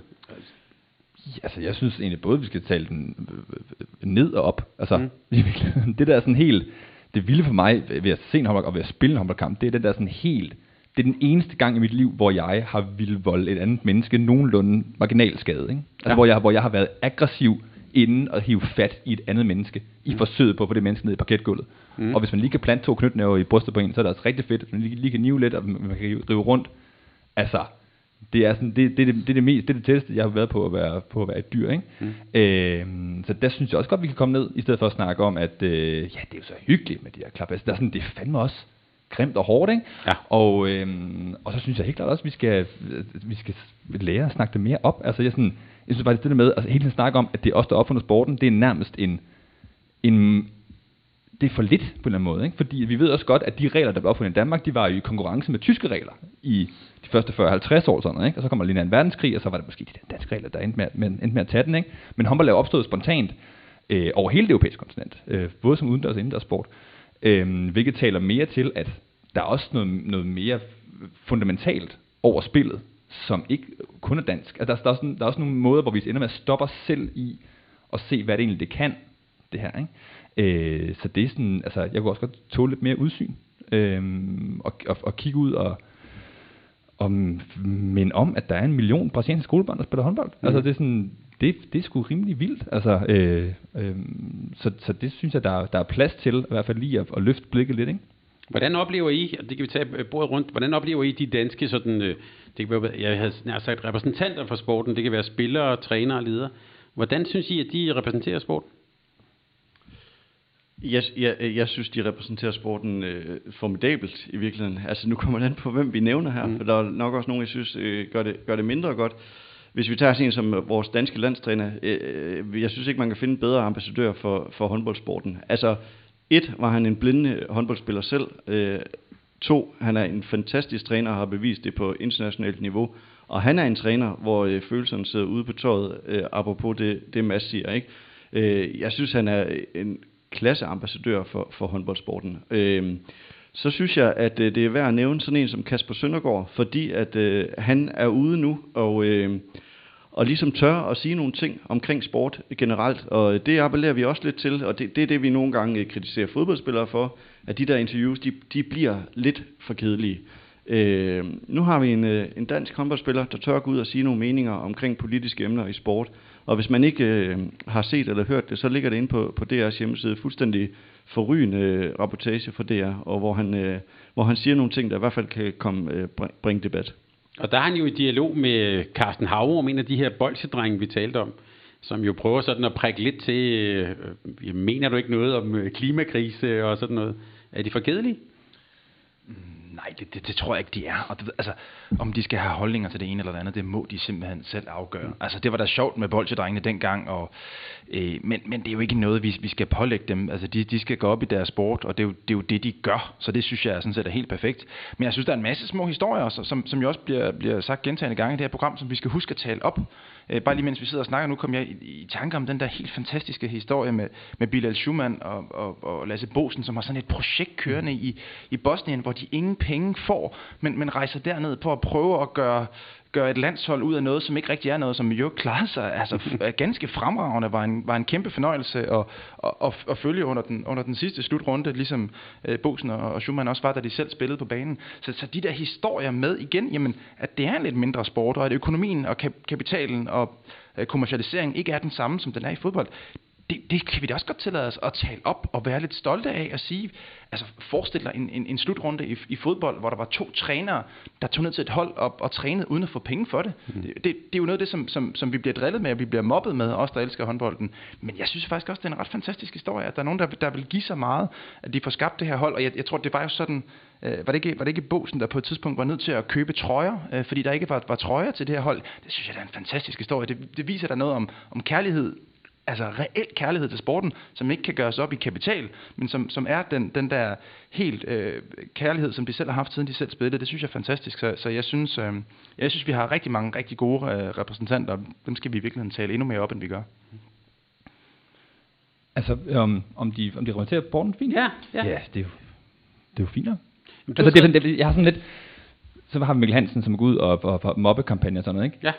Altså, jeg synes egentlig både, vi skal tale den ned og op. Altså, mm. det der er sådan helt, det vilde for mig ved at se en håndbold og ved at spille en håndboldkamp, det er den der sådan helt, det er den eneste gang i mit liv, hvor jeg har ville volde et andet menneske nogenlunde marginal skade, ikke? Altså, ja. hvor, jeg, hvor jeg har været aggressiv inden at hive fat i et andet menneske, i forsøget på at få det menneske ned i parketgulvet. Mm. Og hvis man lige kan plante to knytnæver i brystet på en, så er det også rigtig fedt, at man lige, lige kan nive lidt, og man kan rive rundt. Altså, det er sådan, det, det, det, det er det mest, det er det tætteste, jeg har været på at være, på at være et dyr, ikke? Mm. Øhm, så der synes jeg også godt, vi kan komme ned, i stedet for at snakke om, at øh, ja, det er jo så hyggeligt med de her klappas. Der er sådan, det er fandme også grimt og hårdt, ikke? Ja. Og, øhm, og så synes jeg helt klart også, at vi skal, vi skal lære at snakke det mere op. Altså, jeg, sådan, jeg synes bare, det er det med, altså hele tiden snakke om, at det er os, der opfundet sporten, det er nærmest en, en det er for lidt på en eller anden måde, ikke? Fordi vi ved også godt, at de regler, der blev opfundet i Danmark, de var jo i konkurrence med tyske regler i de første fyrre til halvtreds år, sådan noget, ikke? Og så kommer lige en verdenskrig, og så var det måske de danske regler, der endte med, med, endte med at tage den, ikke? Men håndbold er jo opstået spontant øh, over hele det europæiske kontinent, øh, både som udendørs og indendørs sport, øh, hvilket taler mere til, at der er også noget, noget mere fundamentalt over spillet, som ikke kun er dansk. Altså, der, der, er sådan, der er også nogle måder, hvor vi ender med at stoppe os selv i at se, hvad det egentlig det kan, det her, ikke? Øh, så det er sådan, altså, jeg kunne også godt tåle lidt mere udsyn, øh, og, og, og kigge ud og, og minde om, at der er en million brasilianske skolebørn, der spiller håndbold. Mm. Altså, det er sådan, det, det er sgu rimelig vildt. Altså, øh, øh, så, så det synes jeg, der, der er plads til, i hvert fald lige at, at løfte blikket lidt, ikke? Hvordan oplever I, og det kan vi tage bordet rundt, hvordan oplever I de danske sådan, øh, det kan være, jeg havde nær sagt repræsentanter for sporten, det kan være spillere, trænere og ledere. Hvordan synes I, at de repræsenterer sporten? Jeg, jeg, jeg synes, de repræsenterer sporten øh, formidabelt i virkeligheden. Altså nu kommer det an på, hvem vi nævner her, mm. for der er nok også nogen, jeg synes, øh, gør, det, gør det mindre godt. Hvis vi tager sådan en som vores danske landstræner, øh, jeg synes ikke, man kan finde bedre ambassadør for, for håndboldsporten. Altså, et, var han en blinde håndboldspiller selv. Øh, to, han er en fantastisk træner og har bevist det på internationalt niveau. Og han er en træner, hvor øh, følelserne sidder ude på tøjet, øh, apropos det, det Mads siger, ikke? Øh, jeg synes, han er en klasseambassadør for, for håndboldsporten. Øh, så synes jeg, at øh, det er værd at nævne sådan en som Kasper Søndergaard, fordi at øh, han er ude nu, og, øh, og ligesom tør at sige nogle ting omkring sport generelt, og det appellerer vi også lidt til, og det, det er det, vi nogle gange kritiserer fodboldspillere for, at de der interviews, de, de bliver lidt for kedelige. Øh, nu har vi en, en dansk håndboldspiller, der tør gå ud og sige nogle meninger omkring politiske emner i sport, og hvis man ikke øh, har set eller hørt det, så ligger det inde på, på D R's hjemmeside, fuldstændig forrygende øh, rapportage for D R, og hvor han, øh, hvor han siger nogle ting, der i hvert fald kan komme, øh, bringe debat. Og der er han jo i dialog med Carsten Hauer om en af de her bolsjedrenge, vi talte om, som jo prøver sådan at prikke lidt til, øh, mener du ikke noget om klimakrise og sådan noget? Er de for kedelige? Nej, det, det, det tror jeg ikke, de er. Og det, altså, om de skal have holdninger til det ene eller det andet, det må de simpelthen selv afgøre. Mm. Altså, det var da sjovt med bolsjedrengene dengang, og, øh, men, men det er jo ikke noget, vi, vi skal pålægge dem. Altså, de, de skal gå op i deres sport, og det er, jo, det er jo det, de gør. Så det synes jeg sådan set er helt perfekt. Men jeg synes, der er en masse små historier, også, som, som jo også bliver, bliver sagt gentagne gange i det her program, som vi skal huske at tale op. Øh, bare lige mens vi sidder og snakker, nu kom jeg i, i tanke om den der helt fantastiske historie med, med Bilal Schumann og, og, og Lasse Boesen, som har sådan et projekt kørende i, i Bosnien, hvor de ingen penge får, men, men rejser derned på at prøve at gøre, gøre et landshold ud af noget, som ikke rigtig er noget, som jo klarede sig altså, ganske fremragende, var en, var en kæmpe fornøjelse at, at, at, at følge under den, under den sidste slutrunde, ligesom uh, Boesen og, og Schumann også var, da de selv spillede på banen. Så, så de der historier med igen, jamen, at det er en lidt mindre sport, og at økonomien og kap- kapitalen og uh, kommercialiseringen ikke er den samme, som den er i fodbold. Det, det kan vi da også godt tillade os at tale op og være lidt stolte af og sige, altså forestil dig en, en, en slutrunde i, i fodbold, hvor der var to trænere, der tog ned til et hold op og trænede uden at få penge for det. Mm. Det, det, det er jo noget af det, som, som, som vi bliver drillet med, og vi bliver mobbet med, os der elsker håndbolden. Men jeg synes faktisk også, det er en ret fantastisk historie, at der er nogen, der, der vil give så meget, at de får skabt det her hold. Og jeg, jeg tror, det var jo sådan, øh, var, det ikke, var det ikke Boesen, der på et tidspunkt var nødt til at købe trøjer, øh, fordi der ikke var, var trøjer til det her hold. Det synes jeg, det er en fantastisk historie. Det, det viser der noget om, om kærlighed, altså reel kærlighed til sporten, som ikke kan gøres op i kapital, men som, som er den, den der helt øh, kærlighed, som de selv har haft, siden de selv spillede. Det synes jeg er fantastisk. Så, så jeg synes, øh, jeg synes, vi har rigtig mange rigtig gode øh, repræsentanter, og dem skal vi i virkeligheden tale endnu mere op, end vi gør. Altså, um, om de, om de repræsenterer sporten fint? Ja, ja. Ja, det er jo, det er jo finere. Altså, det, er, det, jeg har sådan lidt, så har vi Mikkel Hansen, som går ud og, og, og mobbekampagner og sådan noget, ikke? Ja.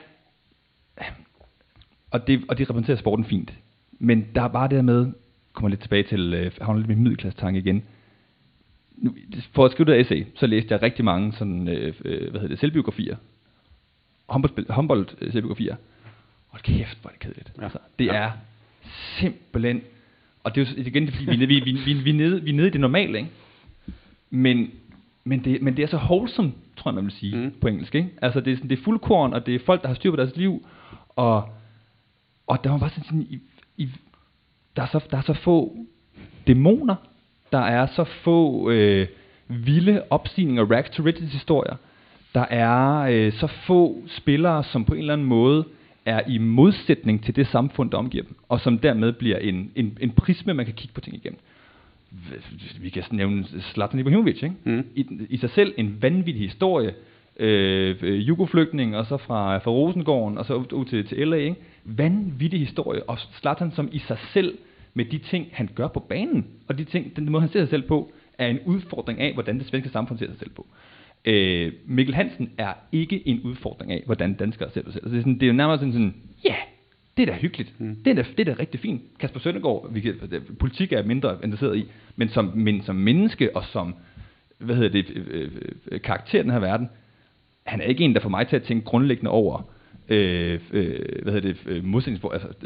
Og det, og de repræsenterer sporten fint. Men der er bare det der med, kommer lidt tilbage til, øh, har lidt min middelklasse-tanke igen. Nu, for at skrive det essay, så læste jeg rigtig mange sådan, øh, hvad hedder det, selvbiografier. Håndbold-selvbiografier. Og kæft, hvor er det kedeligt. Ja. Altså, det ja. er simpelthen, og det er jo igen, fordi vi, vi, vi, vi, vi, er nede, vi er nede i det normale, ikke? Men, men, det, men det er så wholesome, tror jeg, man vil sige mm. på engelsk, ikke? Altså, det er, sådan, det er fuldkorn, og det er folk, der har styr på deres liv, og Og der var bare sådan, i, i, der, er så, der er så få dæmoner, der er så få øh, vilde opstigninger, rags to riches historier, der er øh, så få spillere, som på en eller anden måde er i modsætning til det samfund, der omgiver dem, og som dermed bliver en, en, en prisme, man kan kigge på ting igennem. vi kan nævne Zlatan Ibrahimovic, ikke? Mm. I, I sig selv en vanvittig historie, øh, jugoflygtning, og så fra, fra Rosengården, og så ud, ud til, til L A, ikke? Vanvittig historie, og Zlatan som i sig selv, med de ting, han gør på banen, og de ting, den måde, han ser sig selv på, er en udfordring af, hvordan det svenske samfund ser sig selv på. Øh, Mikkel Hansen er ikke en udfordring af, hvordan danskere ser sig selv. Altså, det, er sådan, det er jo nærmere sådan, sådan ja, yeah, det er da hyggeligt. Mm. Det, er da, det er da rigtig fint. Kasper Søndergaard, vi kan, politik er mindre interesseret i, men som, men som menneske og som hvad hedder det, øh, øh, karakter i den her verden, han er ikke en, der får mig til at tænke grundlæggende over øh, øh, hvad hedder det, øh, modsætningsforhold, altså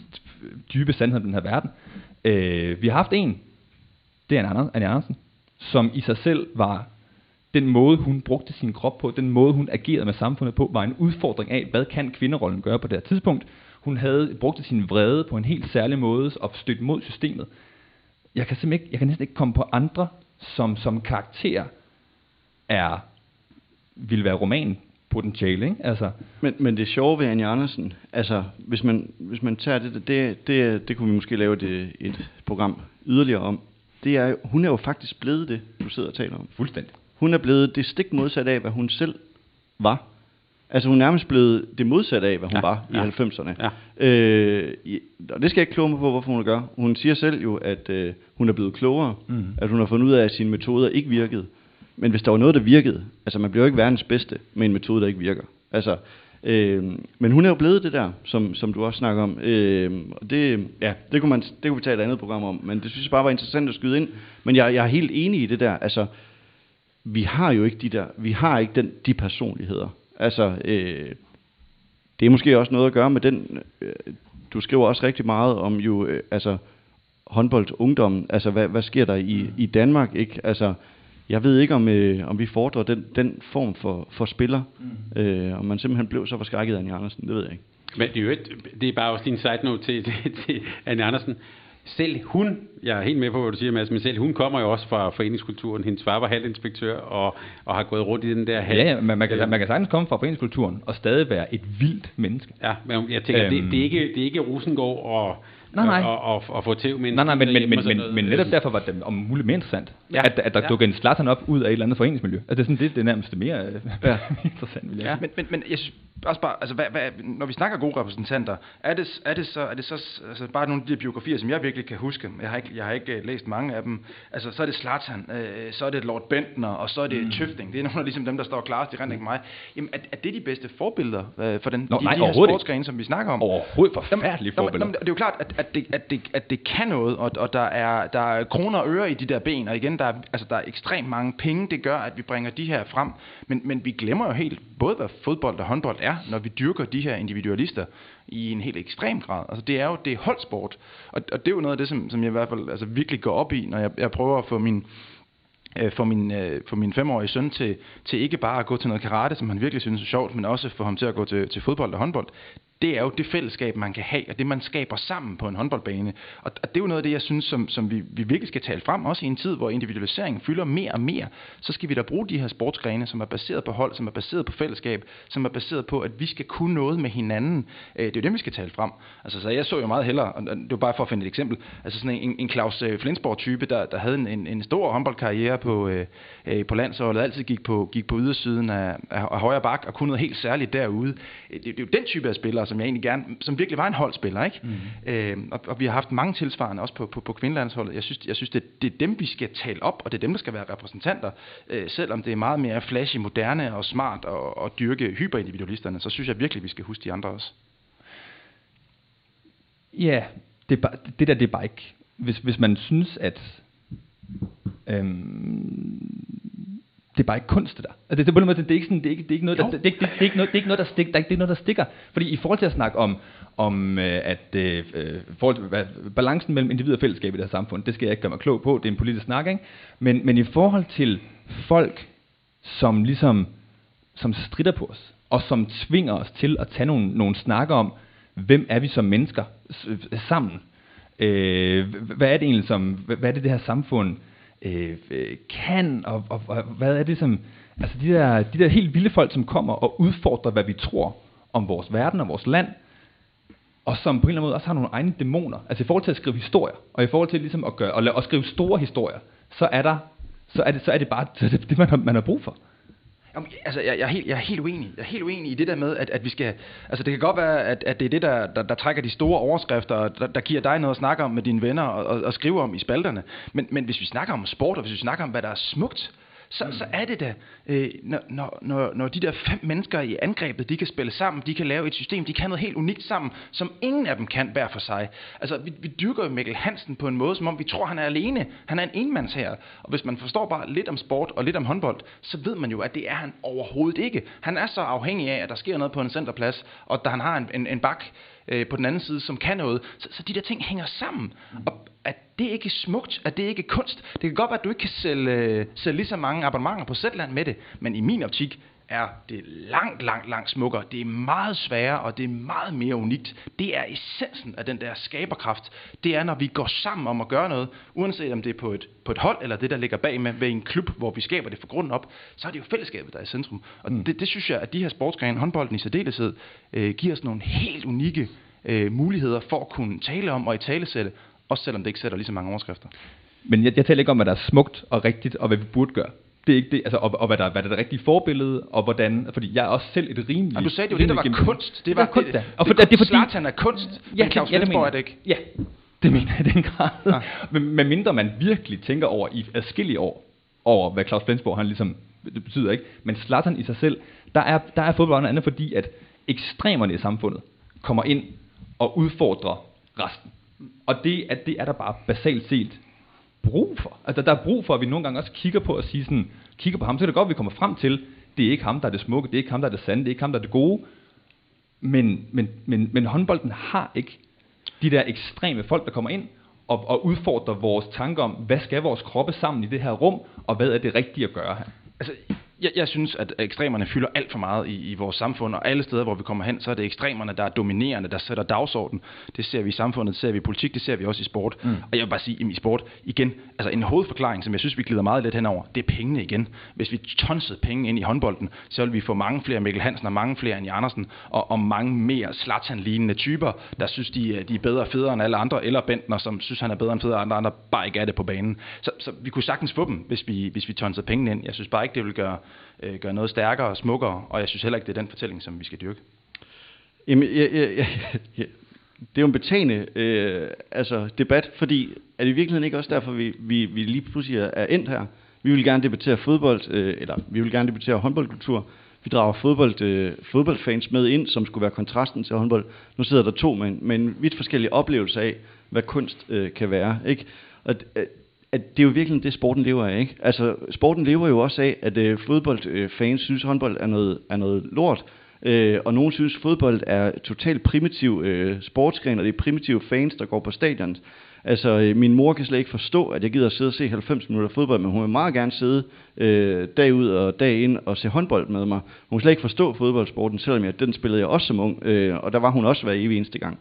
dybe sandhed i den her verden. Øh, vi har haft en, det er Anne Andersen, som i sig selv var den måde, hun brugte sin krop på, den måde, hun agerede med samfundet på, var en udfordring af, hvad kan kvinderollen gøre på det her tidspunkt. Hun havde brugt sin vrede på en helt særlig måde og stødt mod systemet. Jeg kan simpelthen ikke, jeg kan næsten ikke komme på andre, som som karakter er, vil være romanpotentiale, ikke? Altså. Men, men det sjove ved Anja Andersen, altså hvis man, hvis man tager det, det, det, det kunne vi måske lave det, et program yderligere om, det er, hun er jo faktisk blevet det, du sidder og taler om. Fuldstændig. Hun er blevet det stik modsat af, hvad hun selv var. Altså hun er nærmest blevet det modsatte af, hvad hun ja, var i ja. halvfemserne. Ja. Øh, og det skal jeg ikke kloge mig på, hvorfor hun gør. Hun siger selv jo, at øh, hun er blevet klogere, mm. at hun har fundet ud af, at sine metoder ikke virkede. Men hvis der var noget, der virkede, altså man bliver jo ikke verdens bedste med en metode, der ikke virker. Altså, øh, men hun er jo blevet det der, som, som du også snakker om. Øh, og det, ja, det kunne, man, det kunne vi tage et andet program om, men det synes jeg bare var interessant at skyde ind. Men jeg, jeg er helt enig i det der, altså vi har jo ikke de der, vi har ikke den, de personligheder. Altså, øh, det er måske også noget at gøre med den, øh, du skriver også rigtig meget om jo, øh, altså, håndboldungdommen, altså, hvad, hvad sker der i, i Danmark, ikke? Altså, jeg ved ikke, om, øh, om vi fordrer den, den form for, for spiller, mm. øh, om man simpelthen blev så forskrækket af Anja Andersen, det ved jeg ikke. Men det er jo et, det er bare også din side note til, til, til Anja Andersen. Selv hun, jeg er helt med på, hvad du siger, Mads, men selv hun kommer jo også fra foreningskulturen. Hendes far var halvinspektør og, og har gået rundt i den der hal. Ja, ja, man, man, kan, man kan sagtens komme fra foreningskulturen og stadig være et vildt menneske. Ja, men jeg tænker, øhm, det, det, er ikke, det er ikke Rosengård og, nej, nej. og, og, og få tæv med. Nej, nej, men, men, men, men, men netop derfor var det om muligt mere interessant, ja, at, at der ja. dukker en Zlatan op ud af et eller andet foreningsmiljø. Altså det er, sådan, det, det er nærmest mere ja. interessant. Ja. Men, men, men jeg synes også bare, altså, hvad, hvad, når vi snakker gode repræsentanter, er det, er det så, er det så altså, bare nogle af de biografier, som jeg virkelig kan huske, jeg har ikke, jeg har ikke læst mange af dem, altså så er det Zlatan, øh, så er det Lord Bentner, og så er det mm. Tøfting, det er nogle af ligesom dem, der står klarest, de rent ikke mig. Jamen, er, er det de bedste forbilder øh, for den, Nå, de, nej, de her sportsgrene, som vi snakker om? Overhovedet forfærdelige forbilder. Jamen, det er jo klart, at, at, det, at, det, at det kan noget, og, og der, er, der er kroner og øre i de der ben, og igen, der er, altså, der er ekstremt mange penge, det gør, at vi bringer de her frem, men, men vi glemmer jo helt, både hvad fodbold og håndbold er, når vi dyrker de her individualister i en helt ekstrem grad. Altså det er jo det er holdsport, og, og det er jo noget af det, som, som jeg i hvert fald altså, virkelig går op i, når jeg, jeg prøver at få min øh, for min øh, for min femårige søn til til ikke bare at gå til noget karate, som han virkelig synes er sjovt, men også få ham til at gå til til fodbold og håndbold. Det er jo det fællesskab, man kan have, og det man skaber sammen på en håndboldbane. Og, og det er jo noget af det, jeg synes, som, som vi, vi virkelig skal tale frem, også i en tid, hvor individualiseringen fylder mere og mere. Så skal vi da bruge de her sportsgrene, som er baseret på hold, som er baseret på fællesskab, som er baseret på, at vi skal kunne noget med hinanden. Det er jo det, vi skal tale frem. Altså, så jeg så jo meget hellere, og det var bare for at finde et eksempel, altså sådan en, en Claus Flensborg-type, der, der havde en, en stor håndboldkarriere på, øh, på landsholdet, altid gik på, gik på ydersiden af, af, af højre bak, og kunne noget helt særligt derude. Det, det er jo den type af spillere, som jeg egentlig gerne, som virkelig var en holdspiller, ikke? Mm. Øh, og, og vi har haft mange tilsvarende også på, på, på kvindelandsholdet. Jeg synes, jeg synes det, det er dem, vi skal tale op, og det er dem, der skal være repræsentanter. Øh, selvom det er meget mere flashy, moderne og smart og, og dyrke hyperindividualisterne, så synes jeg virkelig, vi skal huske de andre også. Ja, det, er bare, det der, det er bare ikke... Hvis, hvis man synes, at... Øhm, det er bare ikke kunst, det der. Altså, det, det, det, det er ikke sådan, det er ikke, det er ikke noget, der, det, det, det, det er ikke noget, det er ikke noget, der stikker, det er ikke noget, der stikker. Fordi i forhold til at snakke om, om at øh, forhold til, hvad, balancen mellem individ og fællesskab i det her samfund, det skal jeg ikke gøre mig klog på. Det er en politisk snak, ikke? Men, men i forhold til folk, som ligesom, som stritter på os, og som tvinger os til at tage nogle, nogle snakker om, hvem er vi som mennesker sammen? Øh, hvad er det egentlig som, hvad er det det her samfund øh, kan, og, og, og hvad er det som, altså de der, de der helt vilde folk, som kommer og udfordrer, hvad vi tror om vores verden og vores land, og som på en eller anden måde også har nogle egne dæmoner. Altså i forhold til at skrive historier, og i forhold til ligesom at, gøre, at, at skrive store historier, så er, der, så er, det, så er det bare så er det, det, man har, man har brug for. Jamen, altså, jeg, jeg, er helt, jeg er helt uenig. Jeg er helt uenig i det der med, at, at vi skal... Altså, det kan godt være, at, at det er det, der, der, der trækker de store overskrifter, der, der giver dig noget at snakke om med dine venner og, og, og skrive om i spalterne. Men, men hvis vi snakker om sport, og hvis vi snakker om, hvad der er smukt, så, mm. så er det da, øh, når, når, når, når de der fem mennesker i angrebet, de kan spille sammen, de kan lave et system, de kan noget helt unikt sammen, som ingen af dem kan hver for sig. Altså, vi, vi dyrker jo Mikkel Hansen på en måde, som om vi tror, han er alene. Han er en enmandsherre. Og hvis man forstår bare lidt om sport og lidt om håndbold, så ved man jo, at det er han overhovedet ikke. Han er så afhængig af, at der sker noget på en centerplads, og da han har en, en, en bak øh, på den anden side, som kan noget. Så, så de der ting hænger sammen. Og at det ikke er smukt, at det ikke er kunst. Det kan godt være, at du ikke kan sælge, øh, sælge lige så mange abonnementer på Zetland med det, men i min optik er det langt, langt, langt smukkere. Det er meget sværere, og det er meget mere unikt. Det er essensen af den der skaberkraft. Det er, når vi går sammen om at gøre noget, uanset om det er på et, på et hold, eller det, der ligger bag med ved en klub, hvor vi skaber det fra grunden op, så er det jo fællesskabet, der er i centrum. Og mm. det, det synes jeg, at de her sportsgrene, håndbolden i særdeleshed, øh, giver os nogle helt unikke øh, muligheder for at kunne tale om og i talesætte, også selvom det ikke sætter lige så mange overskrifter. Men jeg, jeg taler ikke om, hvad der er smukt og rigtigt, og hvad vi burde gøre. Det er ikke det, altså, og, og hvad, der, hvad der er det rigtige forbillede, og hvordan, fordi jeg er også selv et rimeligt... Og du sagde, det var det, der var gennem. kunst. Det var det, det, det, og for, det, det, det, fordi Zlatan er kunst, ja, men Claus Flensborg er det ikke. Ja, det mener jeg i den grad. Ja. Men med mindre man virkelig tænker over i adskillige år, over hvad Claus Flensborg han ligesom, det betyder ikke, men Zlatan i sig selv, der er, der er fodbold andet, fordi at ekstremerne i samfundet kommer ind og udfordrer resten. Og det, at det er der bare basalt set brug for. Altså der er brug for, at vi nogle gange også kigger på og siger sådan, kigger på ham, så er det godt, at vi kommer frem til, det er ikke ham, der er det smukke, det er ikke ham, der er det sande, det er ikke ham, der er det gode. Men, men, men, men håndbolden har ikke de der ekstreme folk, der kommer ind og, og udfordrer vores tanker om, hvad skal vores kroppe sammen i det her rum, og hvad er det rigtige at gøre her. Altså, jeg, jeg synes, at ekstremerne fylder alt for meget i, i vores samfund, og alle steder, hvor vi kommer hen, så er det ekstremerne, der er dominerende, der sætter dagsorden. Det ser vi i samfundet, det ser vi i politik, det ser vi også i sport. Mm. Og jeg vil bare sige, i sport, igen, altså en hovedforklaring, som jeg synes, vi glider meget let henover, det er pengene igen. Hvis vi tonsede penge ind i håndbolden, så vil vi få mange flere Mikkel Hansen og mange flere Anja Andersen, og, og mange mere Zlatan-lignende typer, der synes, de, de er bedre og federe end alle andre, eller Bentner, som synes, han er bedre end federe, andre, andre bare ikke er det på banen. Så, så vi kunne sagtens få dem, hvis vi, hvis vi tonsede pengene ind. Jeg synes bare ikke, det vil gøre øh, gøre noget stærkere og smukkere, og jeg synes heller ikke, det er den fortælling, som vi skal dyrke. Jamen, ja, ja, ja, ja. Det er jo en betagende øh, altså, debat, fordi er det i virkeligheden ikke også derfor, vi, vi, vi lige pludselig er endt her? Vi vil gerne debattere fodbold, øh, eller vi vil gerne debattere håndboldkultur. Vi drager fodbold, øh, fodboldfans med ind, som skulle være kontrasten til håndbold. Nu sidder der to med en, med en vidt forskellig oplevelse af, hvad kunst øh, kan være, ikke? Og øh, at det er jo virkelig det, sporten lever af, ikke? Altså, sporten lever jo også af, at øh, fodboldfans øh, synes, håndbold er noget, er noget lort, øh, og nogen synes, fodbold er totalt primitiv øh, sportsgren, og det er primitive fans, der går på stadion. Altså, øh, min mor kan slet ikke forstå, at jeg gider at sidde og se halvfems minutter fodbold, men hun vil meget gerne sidde øh, dag ud og dag ind og se håndbold med mig. Hun kan slet ikke forstå fodboldsporten, selvom jeg, den spillede jeg også som ung, øh, og der var hun også hver evig eneste gang.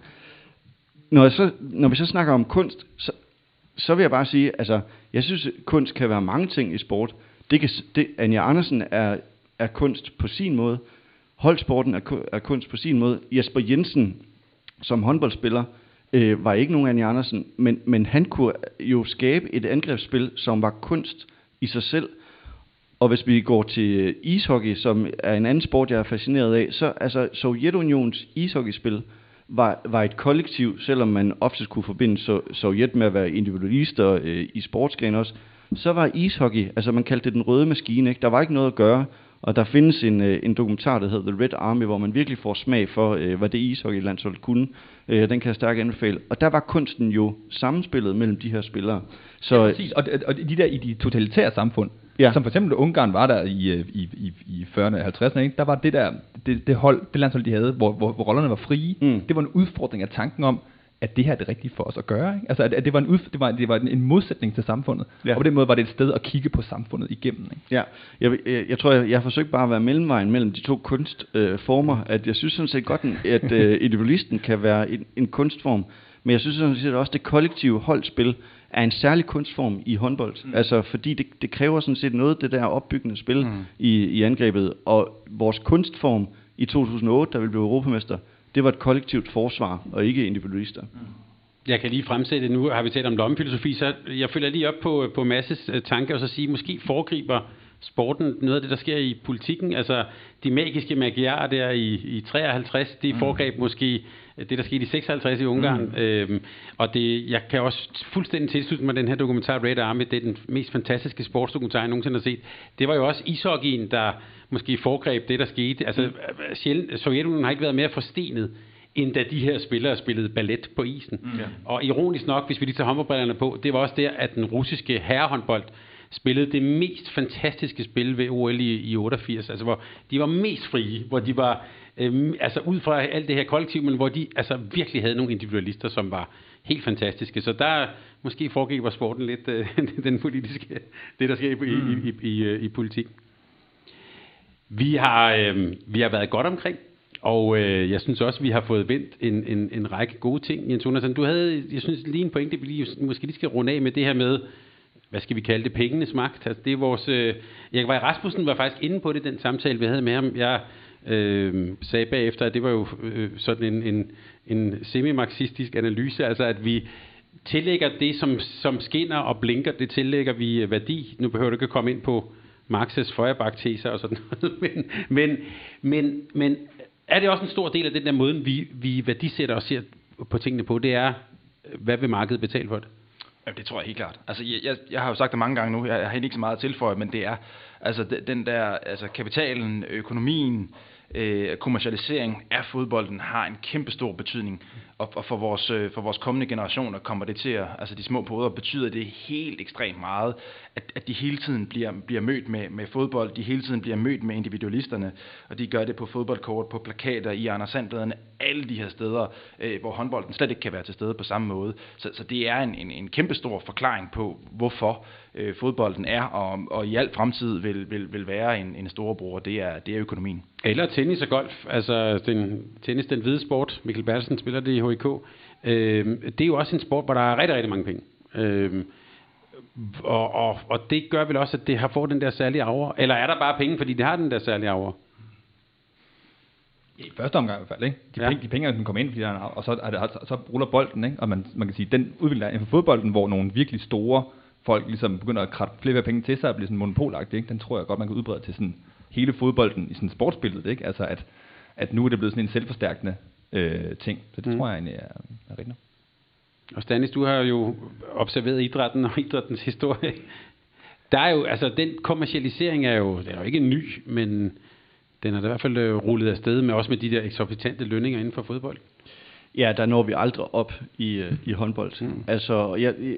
Når, jeg så, når vi så snakker om kunst, så så vil jeg bare sige, altså, jeg synes, kunst kan være mange ting i sport. Det kan, det, Anja Andersen er, er kunst på sin måde. Holdsporten er, er kunst på sin måde. Jesper Jensen, som håndboldspiller, øh, var ikke nogen Anja Andersen, men, men han kunne jo skabe et angrebsspil, som var kunst i sig selv. Og hvis vi går til ishockey, som er en anden sport, jeg er fascineret af, så altså Sovjetunions ishockeyspil Var, var et kollektiv, selvom man ofte kunne forbinde so, Sovjet med at være individualister øh, i sportsgren også, så var ishockey, altså man kaldte det den røde maskine, ikke? Der var ikke noget at gøre, og der findes en, øh, en dokumentar, der hedder The Red Army, hvor man virkelig får smag for, øh, hvad det ishockeylandshold kunne. Øh, den kan jeg stærkt anbefale. Og der var kunsten jo sammenspillet mellem de her spillere. Så, ja, præcis. Og, og de der i de totalitære samfund, ja. Som for eksempel Ungarn var der i, i, i, i fyrrerne og halvtredserne, ikke? Der var det der, det, det hold, det landshold de havde, hvor, hvor, hvor rollerne var frie. Mm. Det var en udfordring af tanken om, at det her er det rigtige for os at gøre, ikke? Altså at, at det var en udf- det var det var en, en modsætning til samfundet. Ja. Og på den måde var det et sted at kigge på samfundet igennem, ikke? Ja. Jeg, jeg, jeg tror jeg, jeg forsøgte bare at være mellemvejen mellem de to kunstformer, øh, at jeg synes sådan set godt, at øh, individualisten kan være en, en kunstform, men jeg synes sådan set også det kollektive holdspil er en særlig kunstform i håndbold. Mm. Altså fordi det, det kræver sådan set noget det der opbyggende spil mm. i, i angrebet, og vores kunstform i to tusind og otte, der vi blev europamester, det var et kollektivt forsvar, og ikke individualister. Jeg kan lige fremsætte, nu har vi talt om lommefilosofi, så jeg følger lige op på, på Masses tanker, og så sige, måske foregriber sporten noget af det, der sker i politikken. Altså, de magiske magiarer der i, i treoghalvtreds, det foregreb mm. måske det, der skete i seksoghalvtreds i Ungarn. Mm. Øhm, og det, jeg kan også fuldstændig tilslutte mig den her dokumentar, Red Army, det er den mest fantastiske sportsdokumentar, jeg nogensinde har set. Det var jo også ishockeyen, der måske foregreb det, der skete. Altså, mm. sjældent, Sovjetunionen har ikke været mere forstenet, end da de her spillere spillede ballet på isen. Mm. Og ironisk nok, hvis vi lige tager håndboldbrillerne på, det var også der, at den russiske herrehåndbold spillede det mest fantastiske spil ved O L i, i otteogfirs, altså hvor de var mest frie, hvor de var, øh, altså ud fra alt det her kollektiv, men hvor de altså virkelig havde nogle individualister, som var helt fantastiske. Så der måske foregriber sporten lidt øh, den politiske, det der sker i, mm. i, i, i, i politik. Vi har, øh, vi har været godt omkring, og øh, jeg synes også, vi har fået vendt en, en, en række gode ting. Jens Jonassen, du havde, jeg synes lige en pointe, vi lige, måske lige skal runde af med det her med, hvad skal vi kalde det, pengenes magt. Altså, det er vores, øh, Erik Vej Rasmussen var faktisk inde på det, den samtale, vi havde med ham. Jeg øh, sagde bagefter, at det var jo øh, sådan en, en, en semi-marxistisk analyse, altså at vi tillægger det, som, som skinner og blinker, det tillægger vi værdi. Nu behøver du ikke at komme ind på Marx's Feuerbach-teser og sådan noget, men, men, men, men er det også en stor del af den der måde, vi, vi værdisætter og ser på tingene på, det er, hvad vil markedet betale for det? Jamen, det tror jeg helt klart. Altså, jeg, jeg, jeg har jo sagt det mange gange nu, jeg, jeg har ikke så meget at tilføje, men det er altså den der, altså kapitalen, økonomien, øh, kommercialisering af fodbolden har en kæmpe stor betydning, og, og for vores øh, for vores kommende generationer kommer det til at, altså de små poder betyder det helt ekstremt meget, at, at de hele tiden bliver bliver mødt med med fodbold, de hele tiden bliver mødt med individualisterne, og de gør det på fodboldkort, på plakater, i Anders Sandbladene, alle de her steder, øh, hvor håndbolden slet ikke kan være til stede på samme måde. Så, så det er en, en en kæmpe stor forklaring på hvorfor øh, fodbolden er og, og i al fremtid vil vil vil være en en storebror. Det er det er økonomien. Eller tennis og golf, altså den, tennis, den hvide sport, Mikkel Bertelsen spiller det i H I K, øh, det er jo også en sport, hvor der er rigtig, rigtig mange penge. Øh, og, og, og det gør vel også, at det har fået den der særlige aura, eller er der bare penge, fordi det har den der særlige aura? I første omgang i hvert fald, ikke? De, ja. penge, de penge, den kommer ind, fordi der er, og så, er det, så, så ruller bolden, ikke? Og man, man kan sige, den udvikling der inden for fodbolden, hvor nogle virkelig store folk ligesom begynder at kratte flere penge til sig og bliver sådan monopolagtigt, ikke? Den tror jeg godt, man kan udbrede til sådan hele fodbolden i sådan sportsbilledet, ikke? Altså at, at nu er det blevet sådan en selvforstærkende øh, ting. Så det mm. tror jeg egentlig er, er rigtigt. Og Stanis, du har jo observeret idrætten og idrættens historie. Der er jo, altså den kommercialisering er jo, det er jo ikke ny, men den er da i hvert fald øh, rullet afsted med, også med de der eksorbitante lønninger inden for fodbold. Ja, der når vi aldrig op i, øh, i håndbold. Mm. Altså, jeg, øh,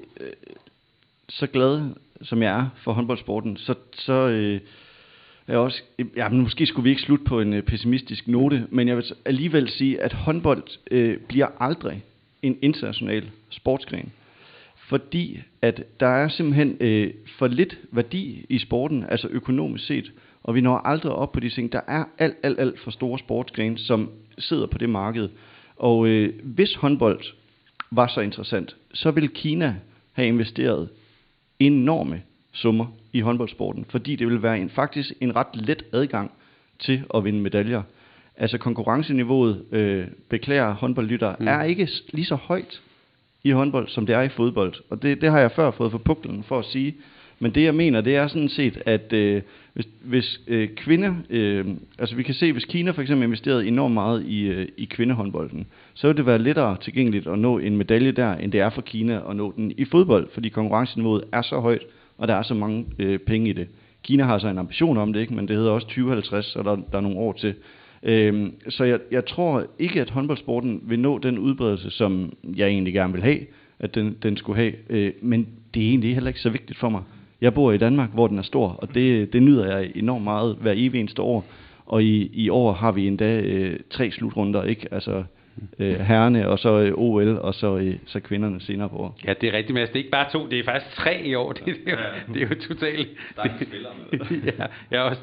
så glad som jeg er for håndboldsporten, så, så øh, er jeg også, ja, måske skulle vi ikke slutte på en øh, pessimistisk note, men jeg vil alligevel sige, at håndbold øh, bliver aldrig en international sportsgren, fordi at der er simpelthen øh, for lidt værdi i sporten, altså økonomisk set, og vi når aldrig op på de ting. Der er alt, alt, alt for store sportsgrene, som sidder på det marked. Og øh, hvis håndbold var så interessant, så ville Kina have investeret enorme summer i håndboldsporten, fordi det vil være en, faktisk en ret let adgang til at vinde medaljer. Altså konkurrenceniveauet, øh, beklager håndboldlytter, mm. er ikke lige så højt i håndbold, som det er i fodbold. Og det, det har jeg før fået for puklen for at sige. Men det jeg mener, det er sådan set, at øh, hvis, hvis øh, kvinder, øh, altså vi kan se, hvis Kina for eksempel investerede enormt meget i, øh, i kvindehåndbolden, så vil det være lettere tilgængeligt at nå en medalje der, end det er for Kina at nå den i fodbold, fordi konkurrenceniveauet er så højt, og der er så mange øh, penge i det. Kina har så en ambition om det, ikke? Men det hedder også tyve halvtreds, så der, der er nogle år til. Øhm, så jeg, jeg tror ikke, at håndboldsporten vil nå den udbredelse, som jeg egentlig gerne vil have, at den, den skulle have. Øh, men det er egentlig heller ikke så vigtigt for mig. Jeg bor i Danmark, hvor den er stor, og det, det nyder jeg enormt meget hver evig eneste år. Og i, i år har vi endda øh, tre slutrunder, ikke? Altså øh, herrene, og så øh, O L, og så, øh, så kvinderne senere på år. Ja, det er rigtigt, Mads. Det er ikke bare to, det er faktisk tre i år. Det, det, er, jo, det er jo totalt. Der er spillere med. ja, ja, også det.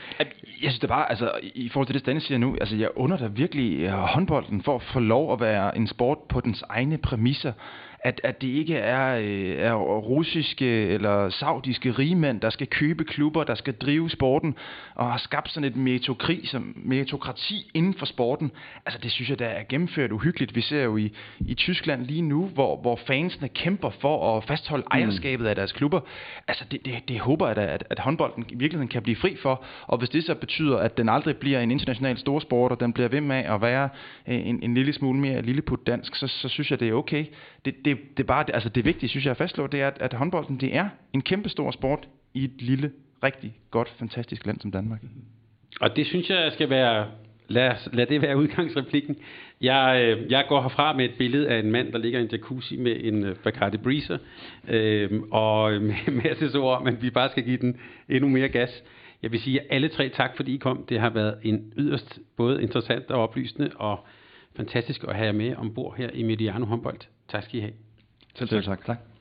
Jeg synes det bare, altså i forhold til det, Stanis siger nu, altså jeg under der virkelig uh, håndbolden for at få lov at være en sport på dens egne præmisser. At, at det ikke er, øh, er russiske eller saudiske rigmænd, der skal købe klubber, der skal drive sporten, og har skabt sådan et meritokri, som, meritokrati inden for sporten. Altså det synes jeg, der er gennemført uhyggeligt. Vi ser jo i, i Tyskland lige nu, hvor, hvor fansene kæmper for at fastholde ejerskabet af deres klubber. Altså det, det, det håber jeg da, at, at håndbolden i virkeligheden kan blive fri for. Og hvis det så betyder, at den aldrig bliver en international storsport, og den bliver ved med at være en, en lille smule mere lilleput dansk, så, så synes jeg, det er okay. Det, det Det, det, bare, altså det vigtige, synes jeg, at fastslå, det er, at, at håndbolden det er en kæmpe stor sport i et lille, rigtig godt, fantastisk land som Danmark. Og det synes jeg skal være, lad, lad det være udgangsreplikken. Jeg, jeg går herfra med et billede af en mand, der ligger i en jacuzzi med en Bacardi Breezer, øh, og med en masse ord om, at vi bare skal give den endnu mere gas. Jeg vil sige alle tre tak, fordi I kom. Det har været en yderst både interessant og oplysende og fantastisk at have jer med ombord her i Mediano Håndbold. Tak skal I have. Selv tak. tak.